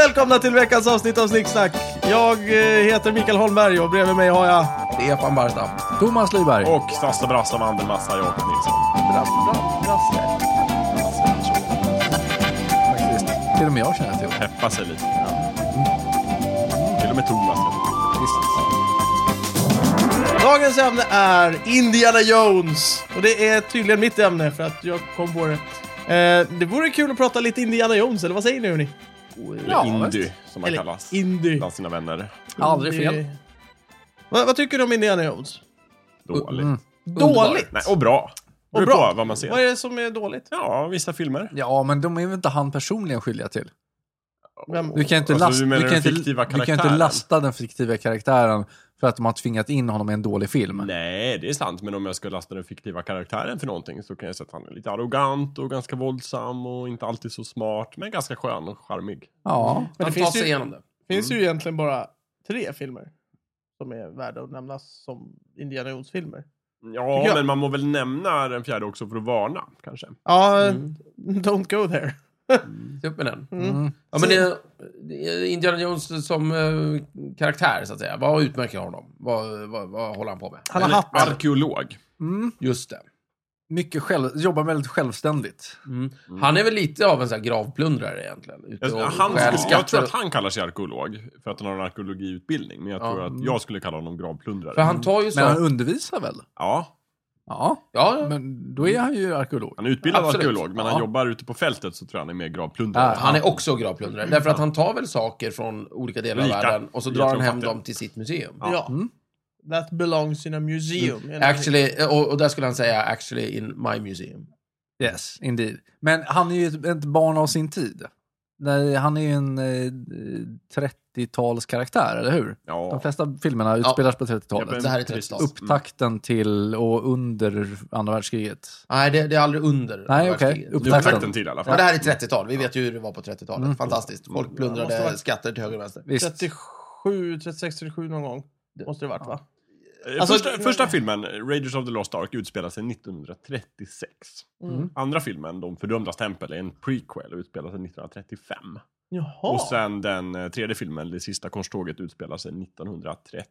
Välkomna till veckans avsnitt av Snicksnack. Jag heter Mikael Holmberg och bredvid mig har jag Stefan Barstam, Thomas Lyberg och Stassa Brassa Mandelmassa, Jakob Nilsson. Brasse. faktiskt. Till och med jag känner till. Peppa sig lite. Till och med Thomas. Dagens ämne är Indiana Jones. Och det är tydligen mitt ämne för att jag kom på det. Det vore kul att prata lite Indiana Jones, eller vad säger ni hörni? Eller Indy, som man Eller kallas. Indy. Bland sina vänner. Aldrig fel. Vad tycker du om Indiana Jones? Dåligt. Dåligt? Nej, och bra. Och Beror bra. på vad man ser. Vad är det som är dåligt? Ja, vissa filmer. Ja, men de är väl inte han personligen skyldiga till. Vem? Du kan inte, Alltså, lasta, du menar du kan den inte, fiktiva du kan inte karaktären? lasta den fiktiva karaktären för att de har tvingat in honom i en dålig film. Nej, det är sant. Men om jag ska lasta den fiktiva karaktären för någonting så kan jag säga att han är lite arrogant och ganska våldsam och inte alltid så smart, men ganska skön och charmig. Ja. Men det han tar finns sig ju, igenom det. finns ju egentligen bara 3 filmer som är värda att nämnas som Indiana Jones-filmer. Ja, Tycker jag. men man må väl nämna den fjärde också för att varna, kanske. Ja, don't go there. Se upp med den. Mm. Ja, men det är Indiana Jones som karaktär, så att säga. Vad utmärker honom? Vad håller han på med? Han har hatt. Arkeolog. Just det. Mycket jobbar väldigt självständigt. Han är väl lite av en sån här gravplundrare egentligen. Ute och stjäl Jag skatter. tror att han kallar sig arkeolog för att han har en arkeologiutbildning. Men jag tror att jag skulle kalla honom gravplundrare. För han tar ju Men han så... undervisar väl? Ja, Ja, Men då är han ju arkeolog. han är utbildad Absolut. arkeolog, men han jobbar ute på fältet så tror jag han är mer gravplundrare. han är också gravplundrare. Därför att han tar väl saker från olika delar av Rika. världen och så Jag drar tror han hem fattiga. dem till sitt museum. Ja. That belongs in a museum. Actually, och där skulle han säga actually in my museum. Yes, indeed. Men han är ju ett barn av sin tid. Nej, han är ju en 30-tals karaktär, eller hur? Ja. De flesta filmerna utspelas på 30-talet. Det här är 30-tal. Upptakten till och under andra världskriget. Nej, det är aldrig under. Nej, okej. världskriget. Upptakten till i alla Ja, fall. det här är 30-tal. Vi vet ju hur det var på 30-talet. Fantastiskt. Folk måste plundrade vara- skatter till höger och vänster. Visst. 37, 36, 37 någon gång. Det måste det varit, va? Första filmen, Raiders of the Lost Ark, utspelar sig 1936. Andra filmen, De fördömdas tempel, är en prequel och utspelar sig 1935. Jaha. Och sen den tredje filmen, Det sista korståget, utspelar sig 1938.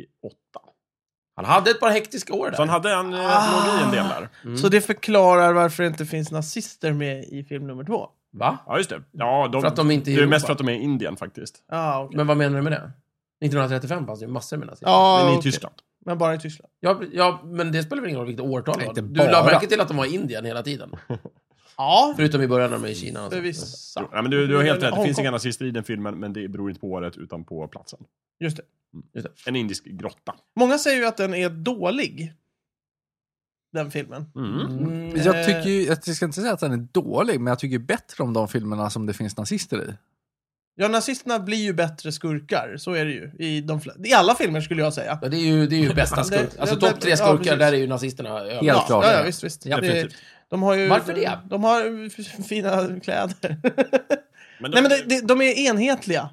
Han hade ett par hektiska år där. Så han hade en låg i en del där. Så det förklarar varför det inte finns nazister med i film nummer 2. Va? Ja, just det. Ja, För att de inte är i det är Europa. mest för att de är i Indien faktiskt. Ja, okej. Men vad menar du med det? 1935 fanns det ju massor med nazister. Ja, Men i okej. Tyskland. Men bara i Tyskland. Ja, men det spelar väl ingen roll vilket årtal det var. Inte Du la bara. märke till att de var i Indien hela tiden. Ja, Förutom i början när de är i Kina. Och för så. vissa. Ja, men du har helt rätt. Det finns Hongkong. inga nazister i den filmen, men det beror inte på året utan på platsen. Just det. En indisk grotta. Många säger ju att den är dålig. Den filmen. Jag tycker ju, jag ska inte säga att den är dålig, men jag tycker bättre om de filmerna som det finns nazister i. Ja, nazisterna blir ju bättre skurkar. Så är det ju. I alla filmer skulle jag säga. Ja, det är ju bästa skurk. Alltså topp 3 Ja, skurkar, precis. där är ju nazisterna över. Helt klart. Ja, visst. Ja, definitivt. De har ju... Varför det? De har fina kläder. Men Nej, men de är enhetliga.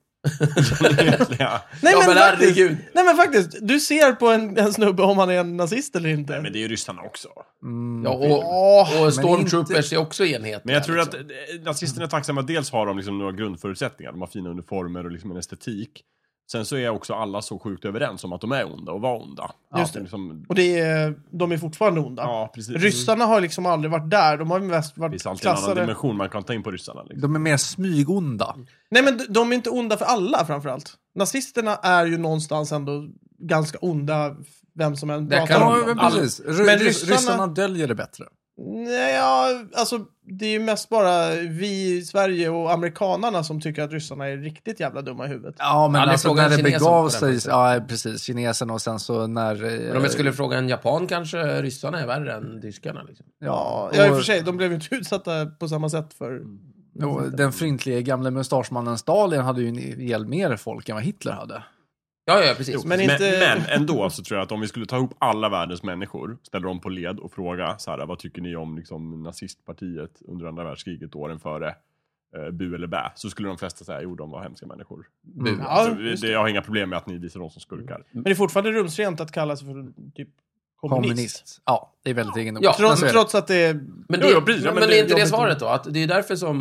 ja. Nej, Ja, men faktiskt, herregud. nej, men faktiskt. Du ser på en snubbe om han är en nazist eller inte. Nej, men det är ju ryssarna också. Ja, och stormtroopers är också enhetliga. Men jag tror liksom. att nazisterna är tacksamma. Dels har de liksom några grundförutsättningar. De har fina uniformer och liksom en estetik. Sen så är också alla så sjukt överens om att de är onda och var onda. Just det. Liksom, Och de är fortfarande onda. ja, precis. Ryssarna har liksom aldrig varit där. De har mest Det varit finns alltid en annan klassade. dimension man kan ta in på ryssarna. Liksom. De är mer smygonda. Nej, men de är inte onda för alla framförallt. Nazisterna är ju någonstans ändå ganska onda, vem som än Det pratar kan om de- dem. Precis. Men Ryssarna döljer det bättre. Nej, ja, alltså det är ju mest bara vi i Sverige och amerikanarna som tycker att ryssarna är riktigt jävla dumma i huvudet. Ja, men Aldrig alltså fråga när en det kines begav på den sig, platsen. ja precis, kinesen och sen så när... Men om jag skulle fråga en japan kanske ryssarna är värre än tyskarna. Liksom. Ja, i och för sig, de blev ju inte utsatta på samma sätt för... och den fryntliga gamla mustaschmannen Stalin hade ju ihjäl mer folk än vad Hitler hade. Ja, precis. Jo, Men inte- men ändå så tror jag att om vi skulle ta ihop alla världens människor, ställa dem på led och fråga så här, vad tycker ni om liksom, nazistpartiet under andra världskriget, åren före bu eller bä, så skulle de flesta säga, jo, de var hemska människor. Ja, Så just jag har inga problem med att ni visar dem som skurkar. Men det är fortfarande rumsrent att kalla sig för typ kommunist. Ja, det är väldigt egendomligt. Ja, Men så är det. Trots att det är... Men, Jo, det, jo, precis. Ja, men men det det är inte det jobbigt. svaret då? Att det är därför som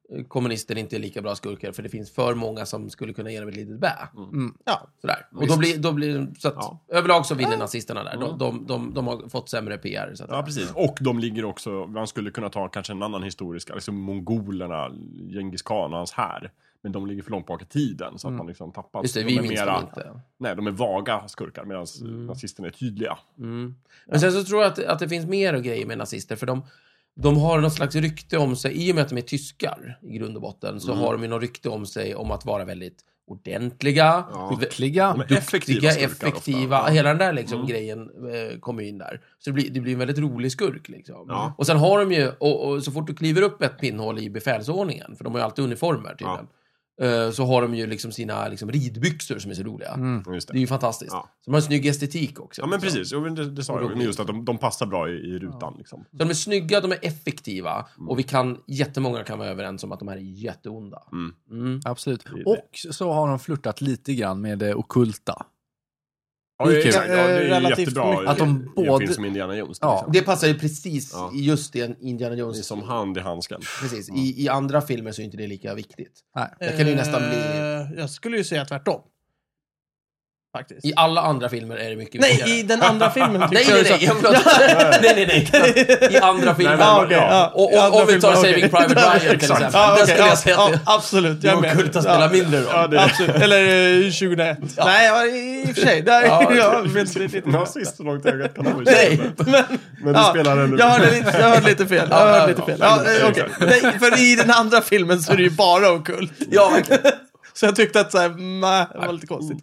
kommunister inte är lika bra skurkar för det finns för många som skulle kunna ge dem ett litet bä. Ja. Sådär. Och då blir så att överlag så vinner nazisterna där. De har fått sämre PR. Så att Ja, precis. Och de ligger också, man skulle kunna ta kanske en annan historisk, liksom mongolerna, Genghis Khan och hans här. Men de ligger för långt bak i tiden så att man liksom tappar. Just det, de vi är minns mera, dem inte. Nej, de är vaga skurkar medan nazisterna är tydliga. Men sen så tror jag att det finns mer grejer med nazister för de har något slags rykte om sig, i och med att de är tyskar i grund och botten, så har de ju något rykte om sig om att vara väldigt ordentliga, Skickliga. De är effektiva skurkar effektiva. ofta. Hela den där liksom grejen kommer in där. Så det blir en väldigt rolig skurk liksom. Ja. Och sen har de ju, och så fort du kliver upp ett pinnhål i befälsordningen, för de har ju alltid uniformer tydligen, så har de ju liksom sina liksom ridbyxor som är så roliga. Just Det är ju fantastiskt. Ja. Så de har en snygg estetik också. Ja, men liksom. precis. Jo, men det sa jag. Men just att de passar bra i rutan. Liksom. Så de är snygga, de är effektiva, och jättemånga kan vara överens om att de här är jätteonda. Absolut. Det. Och så har de flirtat lite grann med det ockulta. Ja, det är kul. Relativt jättebra. mycket. Att de I en både- film som Indiana Jones. Ja. Liksom. Det passar ju precis Ja. i just det Indiana Det är Jones. som hand i handsken. Precis. I andra filmer så är inte det lika viktigt. Nej. Det kan ju nästan bli... Jag skulle ju säga tvärtom. Faktiskt. I alla andra filmer är det mycket Nej, viktigare. i den andra filmen Nej, tycker nej, jag nej, så. nej. I andra filmer. Nej, men- Okej, Ja. Och i andra om vi tar filmer, Saving okej. Private Ryan till Exakt. exempel. Ja, Där okej, skulle jag säga att det absolut. Jag är med. ockulta spelar mindre roll. Ja, det är Absolut. Eller 2001. Nej, i och för sig. Där, Ja, lite nazist så långt ögat kan de Nej, Men det spelar en... jag hörde lite fel. Okej. Nej, för i den andra filmen så är det ju bara ockult. ja, verkligen. Så jag tyckte att så här, det var lite konstigt.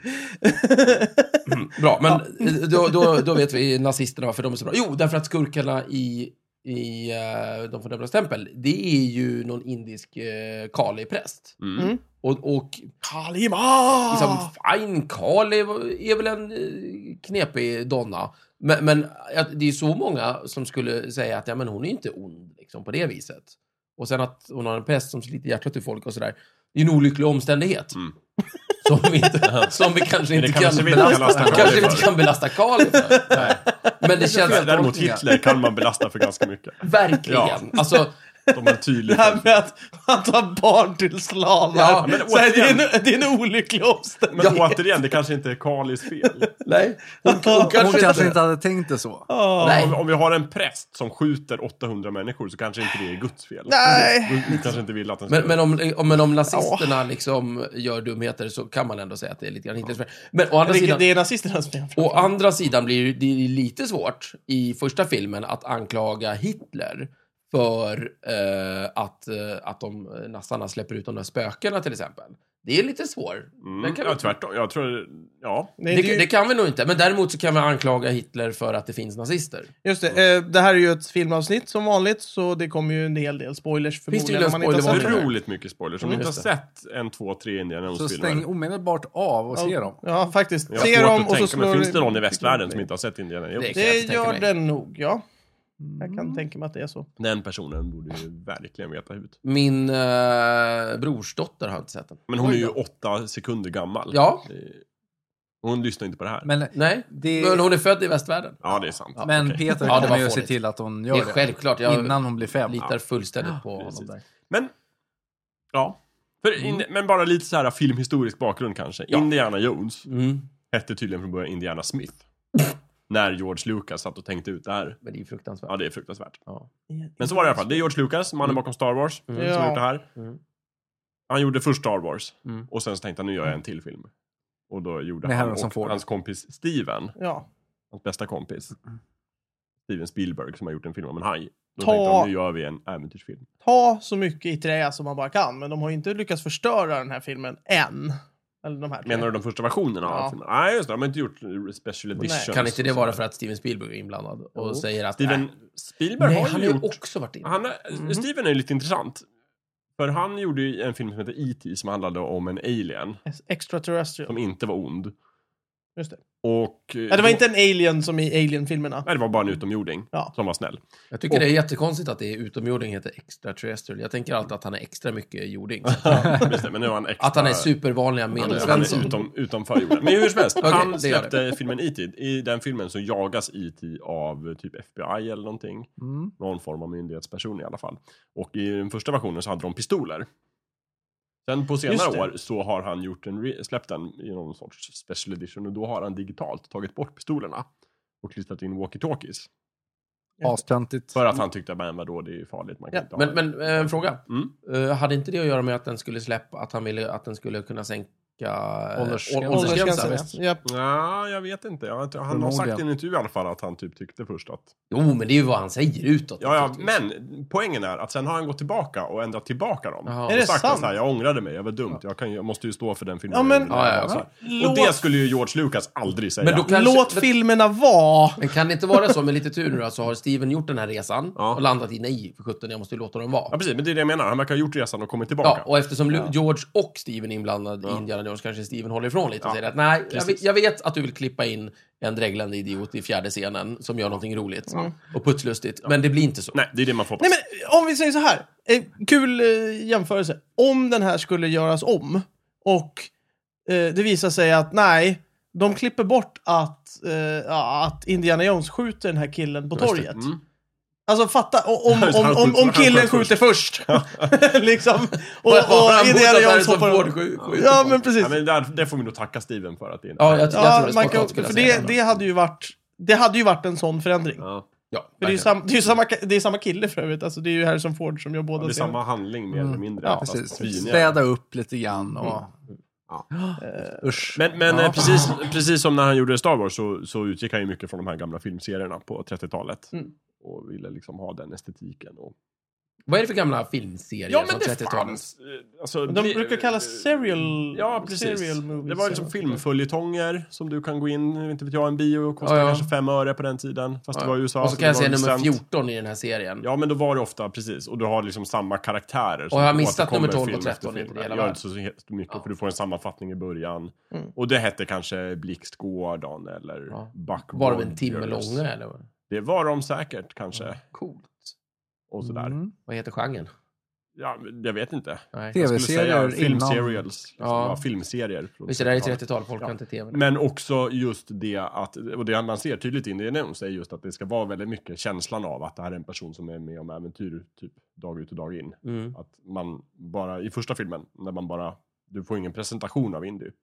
Bra, men då vet vi nazisterna varför de är så bra. Jo, därför att skurkarna i De fördömdas tempel, det är ju någon indisk Kali-präst. Och Kalima! liksom, fine, Kali är väl en knepig donna. Men det är så många som skulle säga att ja, men hon är inte ond liksom, på det viset. Och sen att hon har en präst som sliter hjärtat ur folk och sådär. Det är en olycklig omständighet. Som vi kanske inte kan belasta Kali för. Nej. Men det känns... Däremot Hitler kan man belasta för ganska mycket. Verkligen. Ja. Alltså... De är tydliga. Det här med att man tar barn till slavar. Ja, men så här, det är en olycklig omständighet. Men återigen, det kanske inte är Kalis fel. Nej. Hon kanske inte hade tänkt det så. Nej. Om vi har en präst som skjuter 800 människor så kanske inte det är Guds fel. Nej. Du kanske inte vill att den ska... Men om nazisterna liksom gör dumheter så kan man ändå säga att det är lite grann Hitlers fel. Men å andra sidan... Det är nazisternas fel. Å andra sidan blir det lite svårt i första filmen att anklaga Hitler för att de nassarna släpper ut de där spökena till exempel. Det är lite svårt. Tvärtom. Jag tror... Ja. Det kan vi nog inte. Men däremot så kan vi anklaga Hitler för att det finns nazister. Just det. Det här är ju ett filmavsnitt som vanligt, så det kommer ju en hel del spoilers förmodligen. Finns det ju spoiler? Otroligt mycket spoilers. Om ni inte har sett 1, 2, 3 Indiana Så Jones-filmer. stäng omedelbart av och se dem. Ja, faktiskt. Jag har Se svårt dem att och så tänka, men slår finns det någon i västvärlden som inte har sett Indiana Jones? Det kan jag Det tänka gör mig. den nog, ja. Jag kan tänka mig att det är så. Den personen borde ju verkligen veta hut. Min brorsdotter har inte sett den. Men hon är ju 8 sekunder gammal. Ja. Hon lyssnar inte på det här. Men, Nej, men hon är född i västvärlden. Ja, det är sant. men Okej. Peter Ja, det var kommer ju se fånigt. till att hon gör Det är det. självklart. Innan hon blir 5. litar fullständigt på precis. honom där. Men, ja. Men bara lite så här filmhistorisk bakgrund kanske. Ja. Indiana Jones Mm. hette tydligen från början Indiana Smith. När George Lucas satt och tänkte ut det här. Men det är ju fruktansvärt. Ja, det är fruktansvärt. Ja. Men så var det i alla fall. Det är George Lucas, mannen bakom Star Wars, som har gjort det här. Mm. Han gjorde först Star Wars. Mm. Och sen så tänkte han, nu gör jag en till film. Och då gjorde Med han Harrison och Ford. hans kompis Steven, Ja. hans bästa kompis. Steven Spielberg, som har gjort en film om en haj. Då Ta- tänkte de, nu gör vi en äventyrsfilm. Ta så mycket i trä som man bara kan, men de har ju inte lyckats förstöra den här filmen än. Eller de här tre. Menar du de första versionerna av filmen? Nej, just det. De har inte gjort special editions. Nej. Kan inte det vara för att Steven Spielberg är inblandad och säger att Steven Spielberg nej, har han ju har gjort... ju också varit inne. Steven är ju lite intressant. För han gjorde ju en film som heter E.T. som handlade om en alien Extraterrestrial. som inte var ond. Just det. Och, Ja, det var inte en alien som i Alien-filmerna. Nej, det var bara en utomjording som var snäll. Jag tycker det är jättekonstigt att det är utomjording heter extraterrestrial. Jag tänker alltid att han är extra mycket jording. Just det, men nu är han extra... Att han är supervanliga Han medelsvensson. är utanför jorden. Men hur som helst, Okej, han det gör släppte filmen E.T. I den filmen så jagas E.T. av typ FBI eller någonting. Någon form av myndighetsperson i alla fall. Och i den första versionen så hade de pistoler. Sen på senare år så har han gjort släppt den i någon sorts special edition. Och då har han digitalt tagit bort pistolerna. Och klistrat in walkie-talkies. Astöntigt. För att han tyckte att vadå, det är farligt. Man kan inte ha Men en fråga. Hade inte det att göra med att den skulle släppa, att han ville att den skulle kunna sänka åldersgränsen? Japp. Ja, jag vet inte. Han har sagt i en intervju i alla fall att han typ tyckte först att... Jo, men det är ju vad han säger utåt. Ja, men poängen är att sen har han gått tillbaka och ändrat tillbaka dem. Är det sagt sant? Så här, jag ångrade mig, jag var dumt. Jag måste ju stå för den filmen. Ja, men... Och det skulle ju George Lucas aldrig säga. Men då kanske, låt filmerna vara. Men kan det inte vara så med lite tur nu då, så har Steven gjort den här resan och landat i nej, för 17, jag måste ju låta dem vara. Ja, precis, men det är det jag menar. Han verkar ha gjort resan och kommit tillbaka. Ja, och eftersom George och Steven är inblandade i Indiana Jones kanske Steven håller ifrån lite och säger att nej, jag vet att du vill klippa in en dreglande idiot i 4:e scenen som gör någonting roligt och putslustigt, men det blir inte så. Nej, det är det man får. Nej, men om vi säger så här. Kul jämförelse. Om den här skulle göras om och det visar sig att nej, de klipper bort att Indiana Jones skjuter den här killen på torget. Alltså fatta, om killen skjuter först. Liksom. Och Indiana Jones hoppar. Ja, men precis. Ja, men det får vi nog tacka Steven för att det är. Ja, jag tror det för det hade ju varit en sån förändring. Ja. Ja, För det är samma kille för övrigt. Alltså, det är ju Harrison Ford som gör båda. Det är samma handling mer eller mindre. Ja, precis. Städa upp lite grann och... Usch. Men precis som när han gjorde Star Wars så utgick han ju mycket från de här gamla filmserierna på 30-talet. Och ville liksom ha den estetiken. Vad är det för gamla filmserier från 30-talet? Alltså, de brukar kallas serial, serial movies. Det var liksom filmföljetonger som du kan gå in, inte vet jag, en bio kostade kanske 5 öre på den tiden. Fast det var USA. Och så kan jag säga nummer 14 i den här serien. Ja, men då var det ofta, precis. Och du har liksom samma karaktärer. Och jag har missat nummer 12 och 13. Jag gör inte så mycket, för du får en sammanfattning i början. Och det hette kanske Blixt Gordon eller Buck Var de en timme långa eller? Det var de säkert, kanske. Coolt. Och sådär. Vad heter genren? Ja, jag vet inte. TV-serier filmserials. Filmserier. Visst är det där i 30-tal, folk kan inte tv. Men också just det att, och det man ser tydligt in i det är just att det ska vara väldigt mycket känslan av att det här är en person som är med om äventyr typ dag ut och dag in. Att man bara, i första filmen, när man bara, du får ingen presentation av Indy.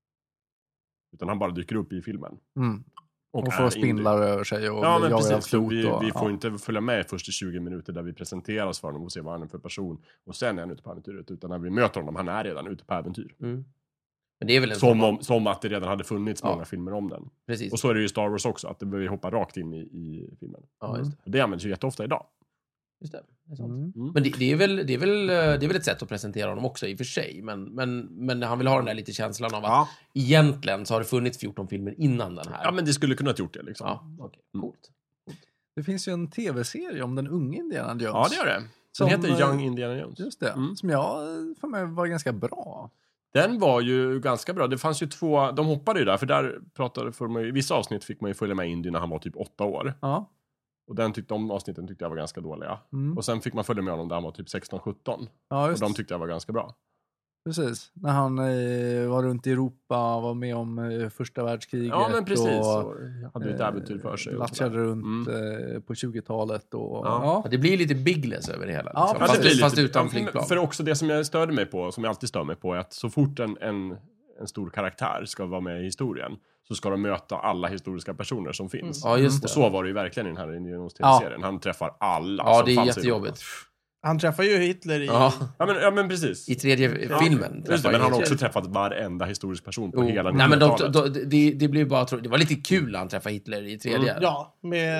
Utan han bara dyker upp i filmen. Och får spindlar över sig och men jagar precis. flot. Vi får inte följa med först i 20 minuter där vi presenteras för honom och ser vad han är för person. Och sen är han ute på äventyret. Utan när vi möter honom, han är redan ute på äventyr. Men det är väl en som att det redan hade funnits många filmer om den. Precis. Och så är det ju Star Wars också, att vi hoppar rakt in i filmen. Ja, just det. Det används ju jätteofta idag. Just det. Det är sant. Men det är väl ett sätt att presentera honom också i och för sig. Men han vill ha den där lite känslan av att egentligen så har det funnits 14 filmer innan den här. Ja, men det skulle kunna ha gjort det liksom. Ja, okej. Coolt. Det finns ju en tv-serie om den unga Indiana Jones. Ja, det gör det. Den heter Young Indiana Jones. Just det. Som jag för mig var ganska bra. Den var ju ganska bra. Det fanns ju 2, de hoppade ju där, för där i vissa avsnitt fick man ju följa med Indy när han var typ 8 år. Ja. Och de avsnitten tyckte jag var ganska dåliga. Och sen fick man följa med honom där han var typ 16-17. Ja, just. Och de tyckte jag var ganska bra. Precis. När han var runt i Europa, var med om första världskriget. Ja, men precis. Och hade ett äventyr för sig. Latchade runt på 20-talet. Och, Det blir lite Bigless över det hela. Ja, liksom. Fast utan flygplan. För också det som jag störde mig på, som jag alltid stör mig på, är att så fort en stor karaktär ska vara med i historien, så ska de möta alla historiska personer som finns. Ja, just det. Och så var det ju verkligen i den här Indiana Jones TV-serien. Han träffar alla som det är fanns jättejobbigt. Han träffar ju Hitler i... Ja, men precis. I tredje filmen. Just det, men han har också träffat varenda historisk person på hela 90-talet. Nej, men det blev bara... Det var lite kul när han träffade Hitler i tredje. Ja,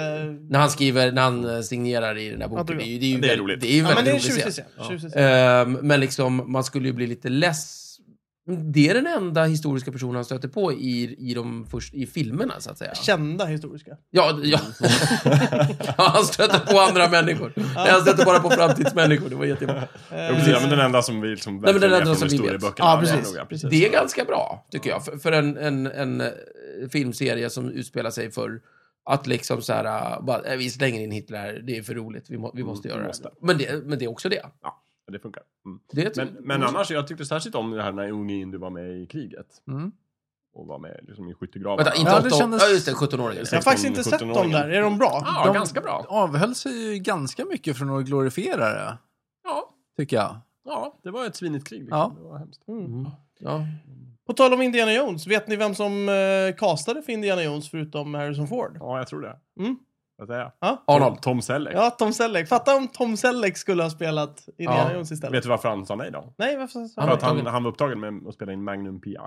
när han signerar i den här boken. Det är roligt. Det är ju väldigt roligt. Men det är men liksom, man skulle ju bli lite less Det är den enda historiska personen han stöter på i filmerna, så att säga. Kända historiska. Ja. Ja, han stöter på andra människor. Nej, han stöter bara på framtidsmänniskor. Det var jättebra. Precis, men den enda som vi liksom Nej, men den enda är som från vi vet. historieböckerna. Ja, precis. Precis. Det är ganska bra, tycker jag. För en filmserie som utspelar sig för att liksom så här, bara, vi slänger in Hitler, det är för roligt, vi måste göra det. Men det är också det. Ja, det funkar. Men annars, jag tyckte särskilt om det här när unge Indy var med i kriget. Och var med liksom i skyttegravarna. Vänta, inte 8 år. Ja, just det, 17-åringen. Jag har faktiskt inte sett dem där. Är de bra? Ja, ganska bra. Avhöll sig ju ganska mycket från att glorifiera det. Ja. Tycker jag. Ja, det var ett svinigt krig. Liksom. Ja. Det var hemskt. Ja. På tal om Indiana Jones, vet ni vem som castade för Indiana Jones förutom Harrison Ford? Ja, jag tror det. Vad säger jag? Ja. Arnold. Tom Selleck. Ja, Tom Selleck. Fatta om Tom Selleck skulle ha spelat Indiana Jones istället. Vet du varför han sa nej då? Nej, varför sa För att han? han var upptagen med att spela in Magnum P.I.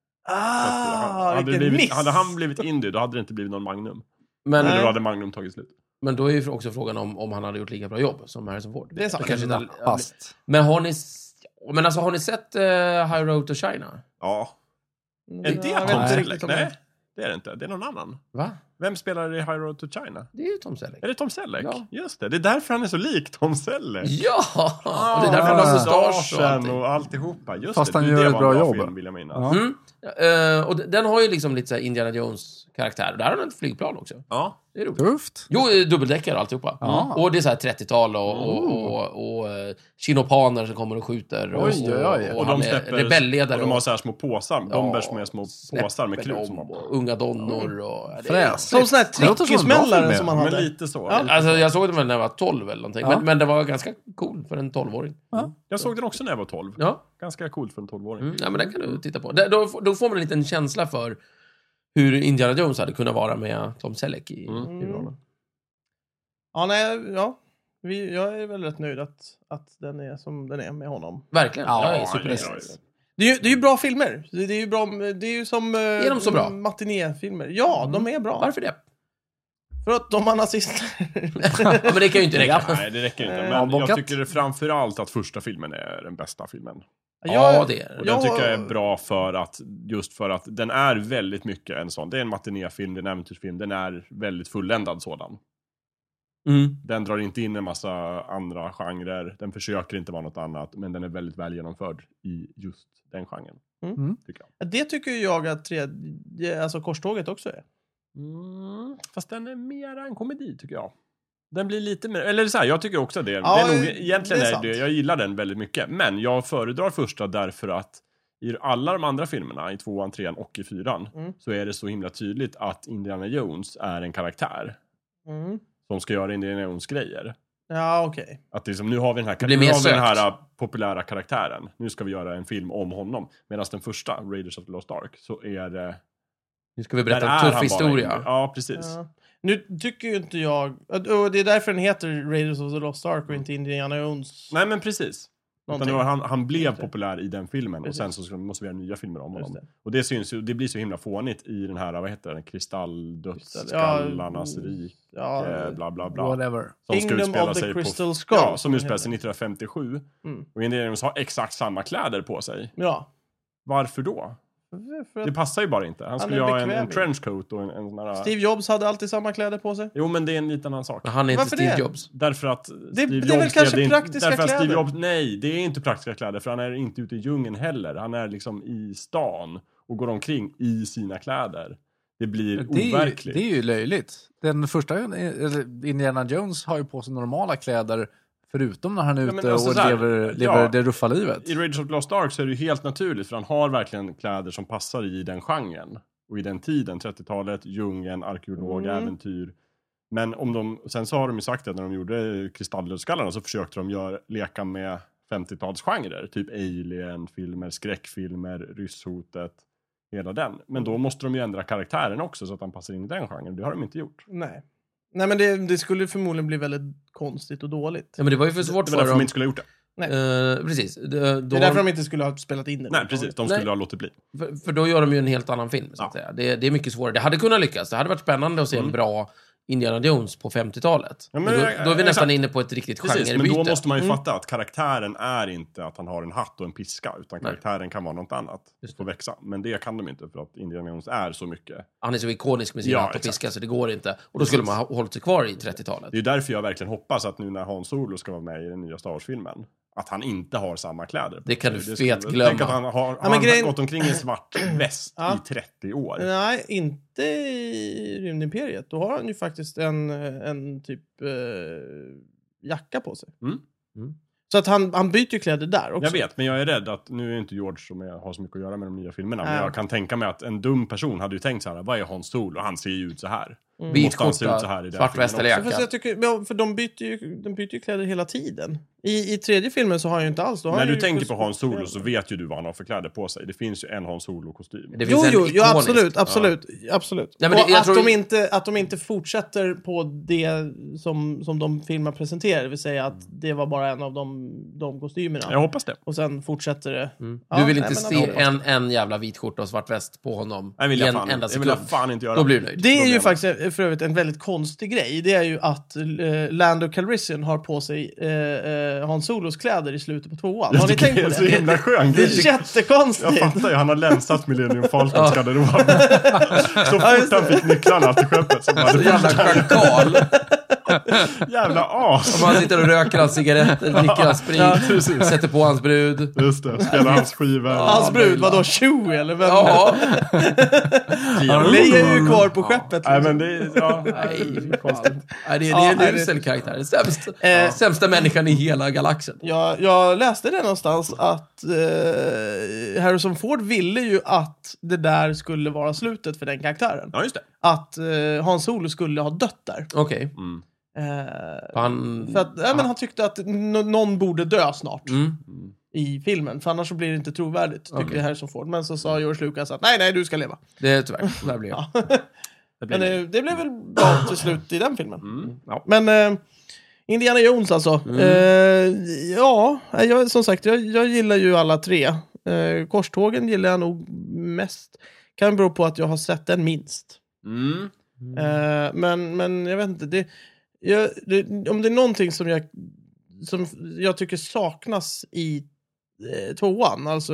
Vilken miss! Hade han blivit Indy, då hade det inte blivit någon Magnum. Men då hade Magnum tagit slut. Men då är ju också frågan om han hade gjort lika bra jobb som Harrison Ford. Det är sant. Kanske inte, Fast. men har ni sett High Road to China? Ja. Mm, Är det jag vet Tom inte Selleck? riktigt om Nej, det är det inte. Det är någon annan. Va? Vem spelar i High Road to China? Det är ju Tom Selleck. Är det Tom Selleck? Ja. Just det. Det är därför han är så lik Tom Selleck. Ja! Och det är därför han har mustasch och allting. och alltihopa. Just Fast det. han Det gör var ett en bra jobb. film, vill jag minnas. Ja. Och den har ju liksom lite så här Indiana Jones-karaktär. Och där har han ett flygplan också. Ja. Det är roligt. Tufft. Jo, dubbeldäckare och alltihopa. Ja. Och det är så här 30-tal och kinopaner som kommer och skjuter. Och, Oj, oj, oj. och Och han de är släpper, rebellledare. och de har så här små påsar. Bombers med små påsar med släpper krut. dem och unga donnor. Och, ja, det är- Fräs. Som sån här Det låter som en bra trickesmällare film, som han Men hade. lite så. Ja. Alltså, jag såg den när jag var 12 eller någonting. Ja. Men det var ganska cool för en 12-åring. Jag såg den också när jag var 12. Ja. Ganska coolt för en 12-åring. Ja, men den kan du titta på. Då får man en liten känsla för hur Indiana Jones hade kunnat vara med Tom Selleck i huvudrollen. Ja, nej, ja. Jag är väl rätt nöjd att den är som den är med honom. Verkligen. Ja, jag är det supernöjd. är bra. Det är ju bra filmer. Det är ju bra. Det är ju som Är de så bra? matinéfilmer. Ja, de är bra. Varför det? För att de har nazister. Ja, men det kan ju inte räcka. Nej, det räcker inte. Ja, Men bockat. jag tycker framförallt att första filmen är den bästa filmen. Ja, det är Och det. den tycker jag är bra för att den är väldigt mycket en sån. Det är en matinéfilm, det är en äventyrsfilm. Den är väldigt fulländad sådan. Den drar inte in en massa andra genrer. Den försöker inte vara något annat. Men den är väldigt väl genomförd i just den genren. Tycker jag. Det tycker jag att alltså Korståget också är. Fast den är mer en komedi tycker jag. Den blir lite mer, eller så här, jag tycker också det. Ja, det är nog, egentligen det är är det, sant. jag gillar den väldigt mycket. Men jag föredrar första därför att i alla de andra filmerna, i 2an, 3an och i 4an, så är det så himla tydligt att Indiana Jones är en karaktär som ska göra Indiana Jones grejer. Ja, okej. Att liksom, nu har vi den här, blir nu mer har vi den sökt. här populära karaktären. Nu ska vi göra en film om honom. Medan den första, Raiders of the Lost Ark, så är det... Nu ska vi där berätta är en han tuff bara historia. en- Ja, precis. Ja. Nu tycker ju inte jag... Och det är därför den heter Raiders of the Lost Ark och inte Indiana Jones. Nej, men precis. Utan Någonting. det var, han blev Just det. populär i den filmen. Precis. Och sen så måste vi göra nya filmer om Just honom. det. Och det syns ju, det blir så himla fånigt i den här, vad heter den? Kristalldödsskallarnas rike, bla bla bla. Whatever. Som Kingdom utspelar of the sig Crystal på, Skull. ja, som utspelar sig 1957. Mm. Och Indiana Jones har exakt samma kläder på sig. Ja. Varför då? För Det att passar ju bara inte. Han skulle är ju ha en bekväm. trenchcoat och en sån här... Steve Jobs hade alltid samma kläder på sig. Jo, men det är en liten annan sak. Men han är inte Varför Steve det? Jobs. Därför att det är väl kanske levde praktiska därför att Steve kläder? Jobs, nej, det är inte praktiska kläder. För han är inte ute i djungeln heller. Han är liksom i stan och går omkring i sina kläder. Det blir overkligt. Det är ju löjligt. Den första Indiana Jones har ju på sig normala kläder förutom när han är men ute alltså och så här, lever det ruffa livet. I Raiders of the Lost Ark så är det ju helt naturligt. För han har verkligen kläder som passar i den genren. Och i den tiden, 30-talet, djungeln, arkeolog, äventyr. Men sen så har de ju sagt att när de gjorde Kristalldödsskallarna så försökte de leka med 50-talsgenrer. Typ Alien-filmer, skräckfilmer, Rysshotet. Hela den. Men då måste de ju ändra karaktären också så att han passar in i den genren. Det har de inte gjort. Nej. Nej, men det skulle förmodligen bli väldigt konstigt och dåligt. Ja, men det var ju för svårt Det var för därför dem. de inte skulle ha gjort det. Precis. Det är därför de inte skulle ha spelat in det. Nej, precis. De skulle Nej. ha låtit bli. För då gör de ju en helt annan film, så att säga. Det är mycket svårare. Det hade kunnat lyckas. Det hade varit spännande att se en bra Indiana Jones på 50-talet. Ja, men, då är vi nästan exakt. inne på ett riktigt Precis, men genrebyte. då måste man ju fatta att karaktären är inte att han har en hatt och en piska, utan karaktären kan vara något annat och få växa. Men det kan de inte för att Indiana Jones är så mycket. Han är så ikonisk med sin hatt och piska så det går inte. Och då skulle man ha hållit sig kvar i 30-talet. Det är därför jag verkligen hoppas att nu när Han Solo ska vara med i den nya Star Wars-filmen, att han inte har samma kläder. Det kan du Det fet skulle- glömma. Tänk att han har, men han grejen- gått omkring i en svart väst i 30 år. Nej, inte i Rymdimperiet. Då har han ju faktiskt en typ jacka på sig. Mm. Så att han byter ju kläder där också. Jag vet, men jag är rädd att nu är inte George som har så mycket att göra med de nya filmerna. Men Nej. jag kan tänka mig att en dum person hade ju tänkt så här: vad är Han Solo? Han ser ju ut så här. Mm. Måste han se ut så här i den svart väst eller filmen Fast jacka. jag tycker, ja, för de byter ju kläder hela tiden. I tredje filmen så har han ju inte alls. Då har När han du ju tänker på Han Solo så vet ju du vad han har för kläder på sig. Det finns ju en Han Solo-kostym. Det finns en Jo, ikonisk- absolut. Nej, men och det- jag att, tror- att de inte fortsätter på det som de filmer presenterar, det vill säga att det var bara en av de kostymerna. Jag hoppas det. Och sen fortsätter det. Ja, Du vill nej, inte men jag se hoppas en jävla vit skjorta och svart väst på honom Nej, vill i jag en fan, enda det vill jag sekund. fan inte göra. Då blir du nöjd. Det är ju Problemet. faktiskt för övrigt en väldigt konstig grej. Det är ju att Lando Calrissian har på sig Han Solos kläder i slutet på 2:an. Har Jag ni tycker tänkt det på är så det? himla skön Det grej. är jättekonstigt. Jag fattar ju, han har länsat Millennium Falcons garderob. Så Ja, fort just han det. fick nycklarna till skeppet så bara, Så jävla schakal. jävla as. Om man sitter och röker hans cigaretter, dricker hans sprit, sätter på hans brud. Just det, spelar hans skivor. Hans brud, vadå? Chewie eller vem? Ja, Leia är ju kvar på skeppet. Nej, men det är... Ja, nej, fy fan. Nej, det Ja, är nej, en det- usel karaktär. Eh. Sämsta människan i hela galaxen. Jag läste det någonstans att Harrison Ford ville ju att det där skulle vara slutet för den karaktären. ja, just det. Att Han Solo skulle ha dött där. Okej. Han... För att, ja, men han tyckte att någon borde dö snart Mm. i filmen. För annars så blir det inte trovärdigt, tycker Okej. Harrison Ford. Men så sa George Lucas att nej, du ska leva. Det är tyvärr. Där blir jag. Ja. Det blir Men det blev väl bra till slut i den filmen. Ja. Men Indiana Jones alltså. Ja, som sagt, jag gillar ju alla tre. Korstågen gillar jag nog mest. Kan bero på att jag har sett den minst. Men jag vet inte. Om det är någonting som jag tycker saknas i 2:an, alltså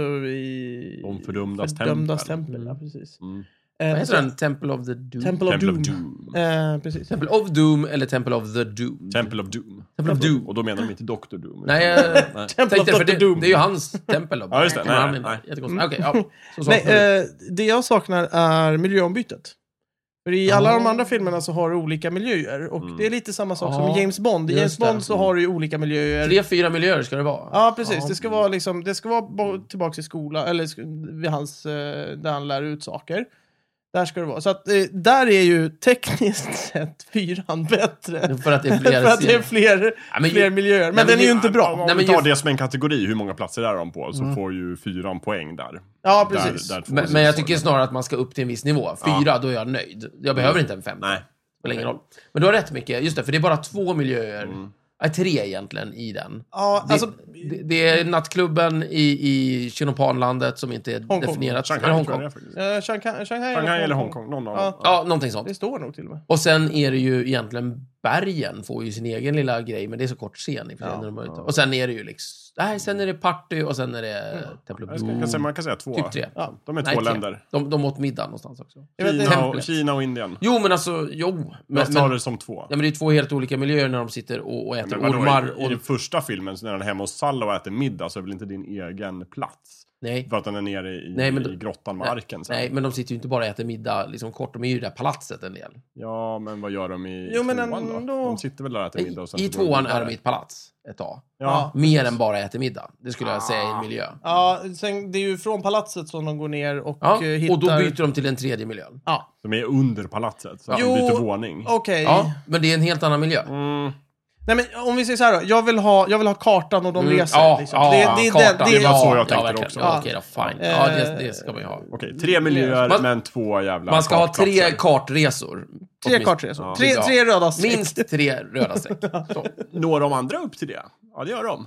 i De fördömdas tempel. Ja, precis. Vad heter den? Temple of the Doom? Temple of Temple Doom. of Doom. Precis. Temple of Doom eller Temple of the Doom? Temple of Doom. Temple of Doom. Och då menar de inte Dr. Doom. Nej, jag Temple of tänkte, för Dr. Doom. det är ju hans tempel. Ja, just det. Men han Nej, är nej. jättekonstigt. Okej, ja. Så Nej, saknar du. det jag saknar är miljöombytet. För i alla de andra filmerna så har du olika miljöer. Och det är lite samma sak som i James Bond. I just James det. Bond så har du ju olika miljöer. 3-4 miljöer ska det vara. Ja, precis. Det ska vara liksom, tillbaka i skolan, eller vid hans, där han lär ut saker. Där ska det vara. Så att där är ju tekniskt sett 4:an bättre. För att det är fler För att det är scener. fler miljöer. Men men den är ju det- inte Om bra. Nej, vi men tar ju- det som en kategori, hur många platser är de på, så får ju 4 poäng där. Ja, precis. Där två Men jag står. tycker snarare att man ska upp till en viss nivå. 4, då är jag nöjd. Jag behöver inte en 5. Nej. Spelar ingen roll. Men du har rätt mycket. Just det, för det är bara 2 miljöer. Nej, 3 egentligen i den. Ja, alltså, Det är nattklubben i Kinopanlandet som inte är Hongkong. definierat. Shanghai, Eller tror jag Hongkong. det är faktiskt. Shanghai eller Hongkong, någon av dem. Ja. Ja, någonting sånt. Det står nog till och med. Och sen är det ju egentligen bergen får ju sin egen lilla grej, men det är så kort scen i och för sig Ja. när de är ute. Och sen är det ju liksom, nej, sen är det party och sen är det Temple of Doom. Man kan säga 2. Typ 3. Ja. De är Nej, 2 tre. länder. De åt middag någonstans också. Jag vet inte. Templet. Kina och Indien. Jo, men alltså, Jag tar det som 2. Ja, men det är 2 helt olika miljöer när de sitter och äter Men vadå, ormar. I Och, den första filmen, så när han är hemma hos Salla och äter middag, så är väl inte din egen plats? nej. För att den är nere i, Nej, men då- i grottan med arken. Så. Nej, men de sitter ju inte bara och äter middag liksom kort. De är ju i det där palatset en del. Ja, men vad gör de i Jo, men 2:an då? ändå- De sitter väl där och äter middag och sen I så går de 2:an vidare. är de i ett palats ett tag. Ja. Mer än bara äter middag. Det skulle jag säga i en miljö. Ja, sen, det är ju från palatset som de går ner och Ja, hittar... och då byter de till en tredje miljön. Ja, De är under palatset, så att Jo, de byter våning. okej. Ja, men det är en helt annan miljö. Nej, men om vi säger så här då. Jag vill ha kartan och de reser. Ja, liksom. ja, det är kartan. det Det var så jag tänkte verkligen. också. Ja, okej då, fine. Ja, det ska man ju ha. Okej, 3 miljöer, Man- men 2 jävla Man ska ha 3 kartplatser. kartresor. Tre Åtminstone. kartresor. Ja. Tre röda streck. Minst 3 röda streck. Så. Når de andra upp till det? Ja, det gör de.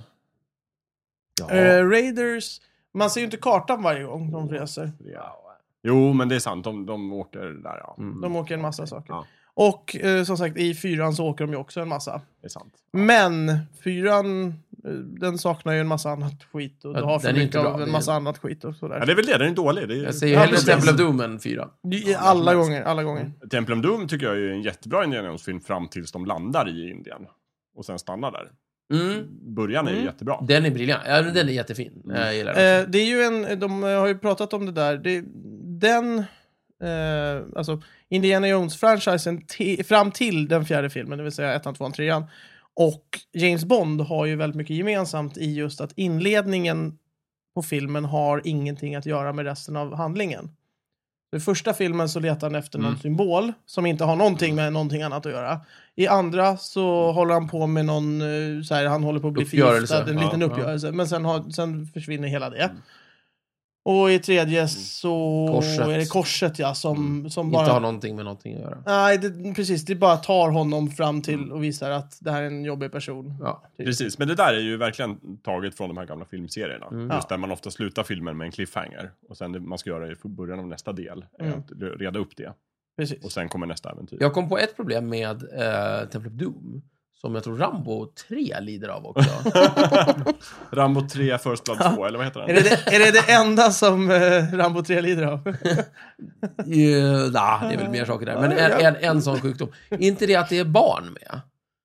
Raiders... Man ser ju inte kartan varje gång de reser. Jo, men det är sant. De åker där, ja. De åker en massa saker. Ja. Och som sagt, i 4 så åker de ju också en massa. Det är sant. Men 4 den saknar ju en massa annat skit. Och Ja, du har för den är mycket inte av bra. en massa annat skit och sådär. Ja, det är väl det, den är dålig. Det är... Jag säger Ja, hellre precis. Temple of Doom än 4. Alla gånger. Temple of Doom tycker jag är en jättebra Indiana Jones-film fram tills de landar i Indien. Och sen stannar där. Början är ju jättebra. Den är briljant. Ja, den är jättefin. Jag gillar den. Det är ju de har ju pratat om det där. Alltså Indiana Jones-franchisen fram till den 4:e filmen, det vill säga 1, 2, 3. Och James Bond har ju väldigt mycket gemensamt i just att inledningen på filmen har ingenting att göra med resten av handlingen. I första filmen så letar han efter någon symbol som inte har någonting med någonting annat att göra. I andra så håller han på med någon, så här, han håller på att bli förgiftad, en liten uppgörelse. Men sen försvinner hela det. Och i 3:e så är det korset, ja, som bara... Inte har någonting med någonting att göra. Nej, precis. Det bara tar honom fram till och visar att det här är en jobbig person. Ja. Precis, men det där är ju verkligen taget från de här gamla filmserierna. Just där man ofta slutar filmen med en cliffhanger. Och sen det man ska göra i början av nästa del är att reda upp det. Precis. Och sen kommer nästa äventyr. Jag kom på ett problem med Temple of Doom. Som jag tror Rambo 3 lider av också. Rambo 3 First Blood 2, eller vad heter den? Är det enda som Rambo 3 lider av? Ja, det är väl mer saker där. Men en sån sjukdom. Inte det att det är barn med?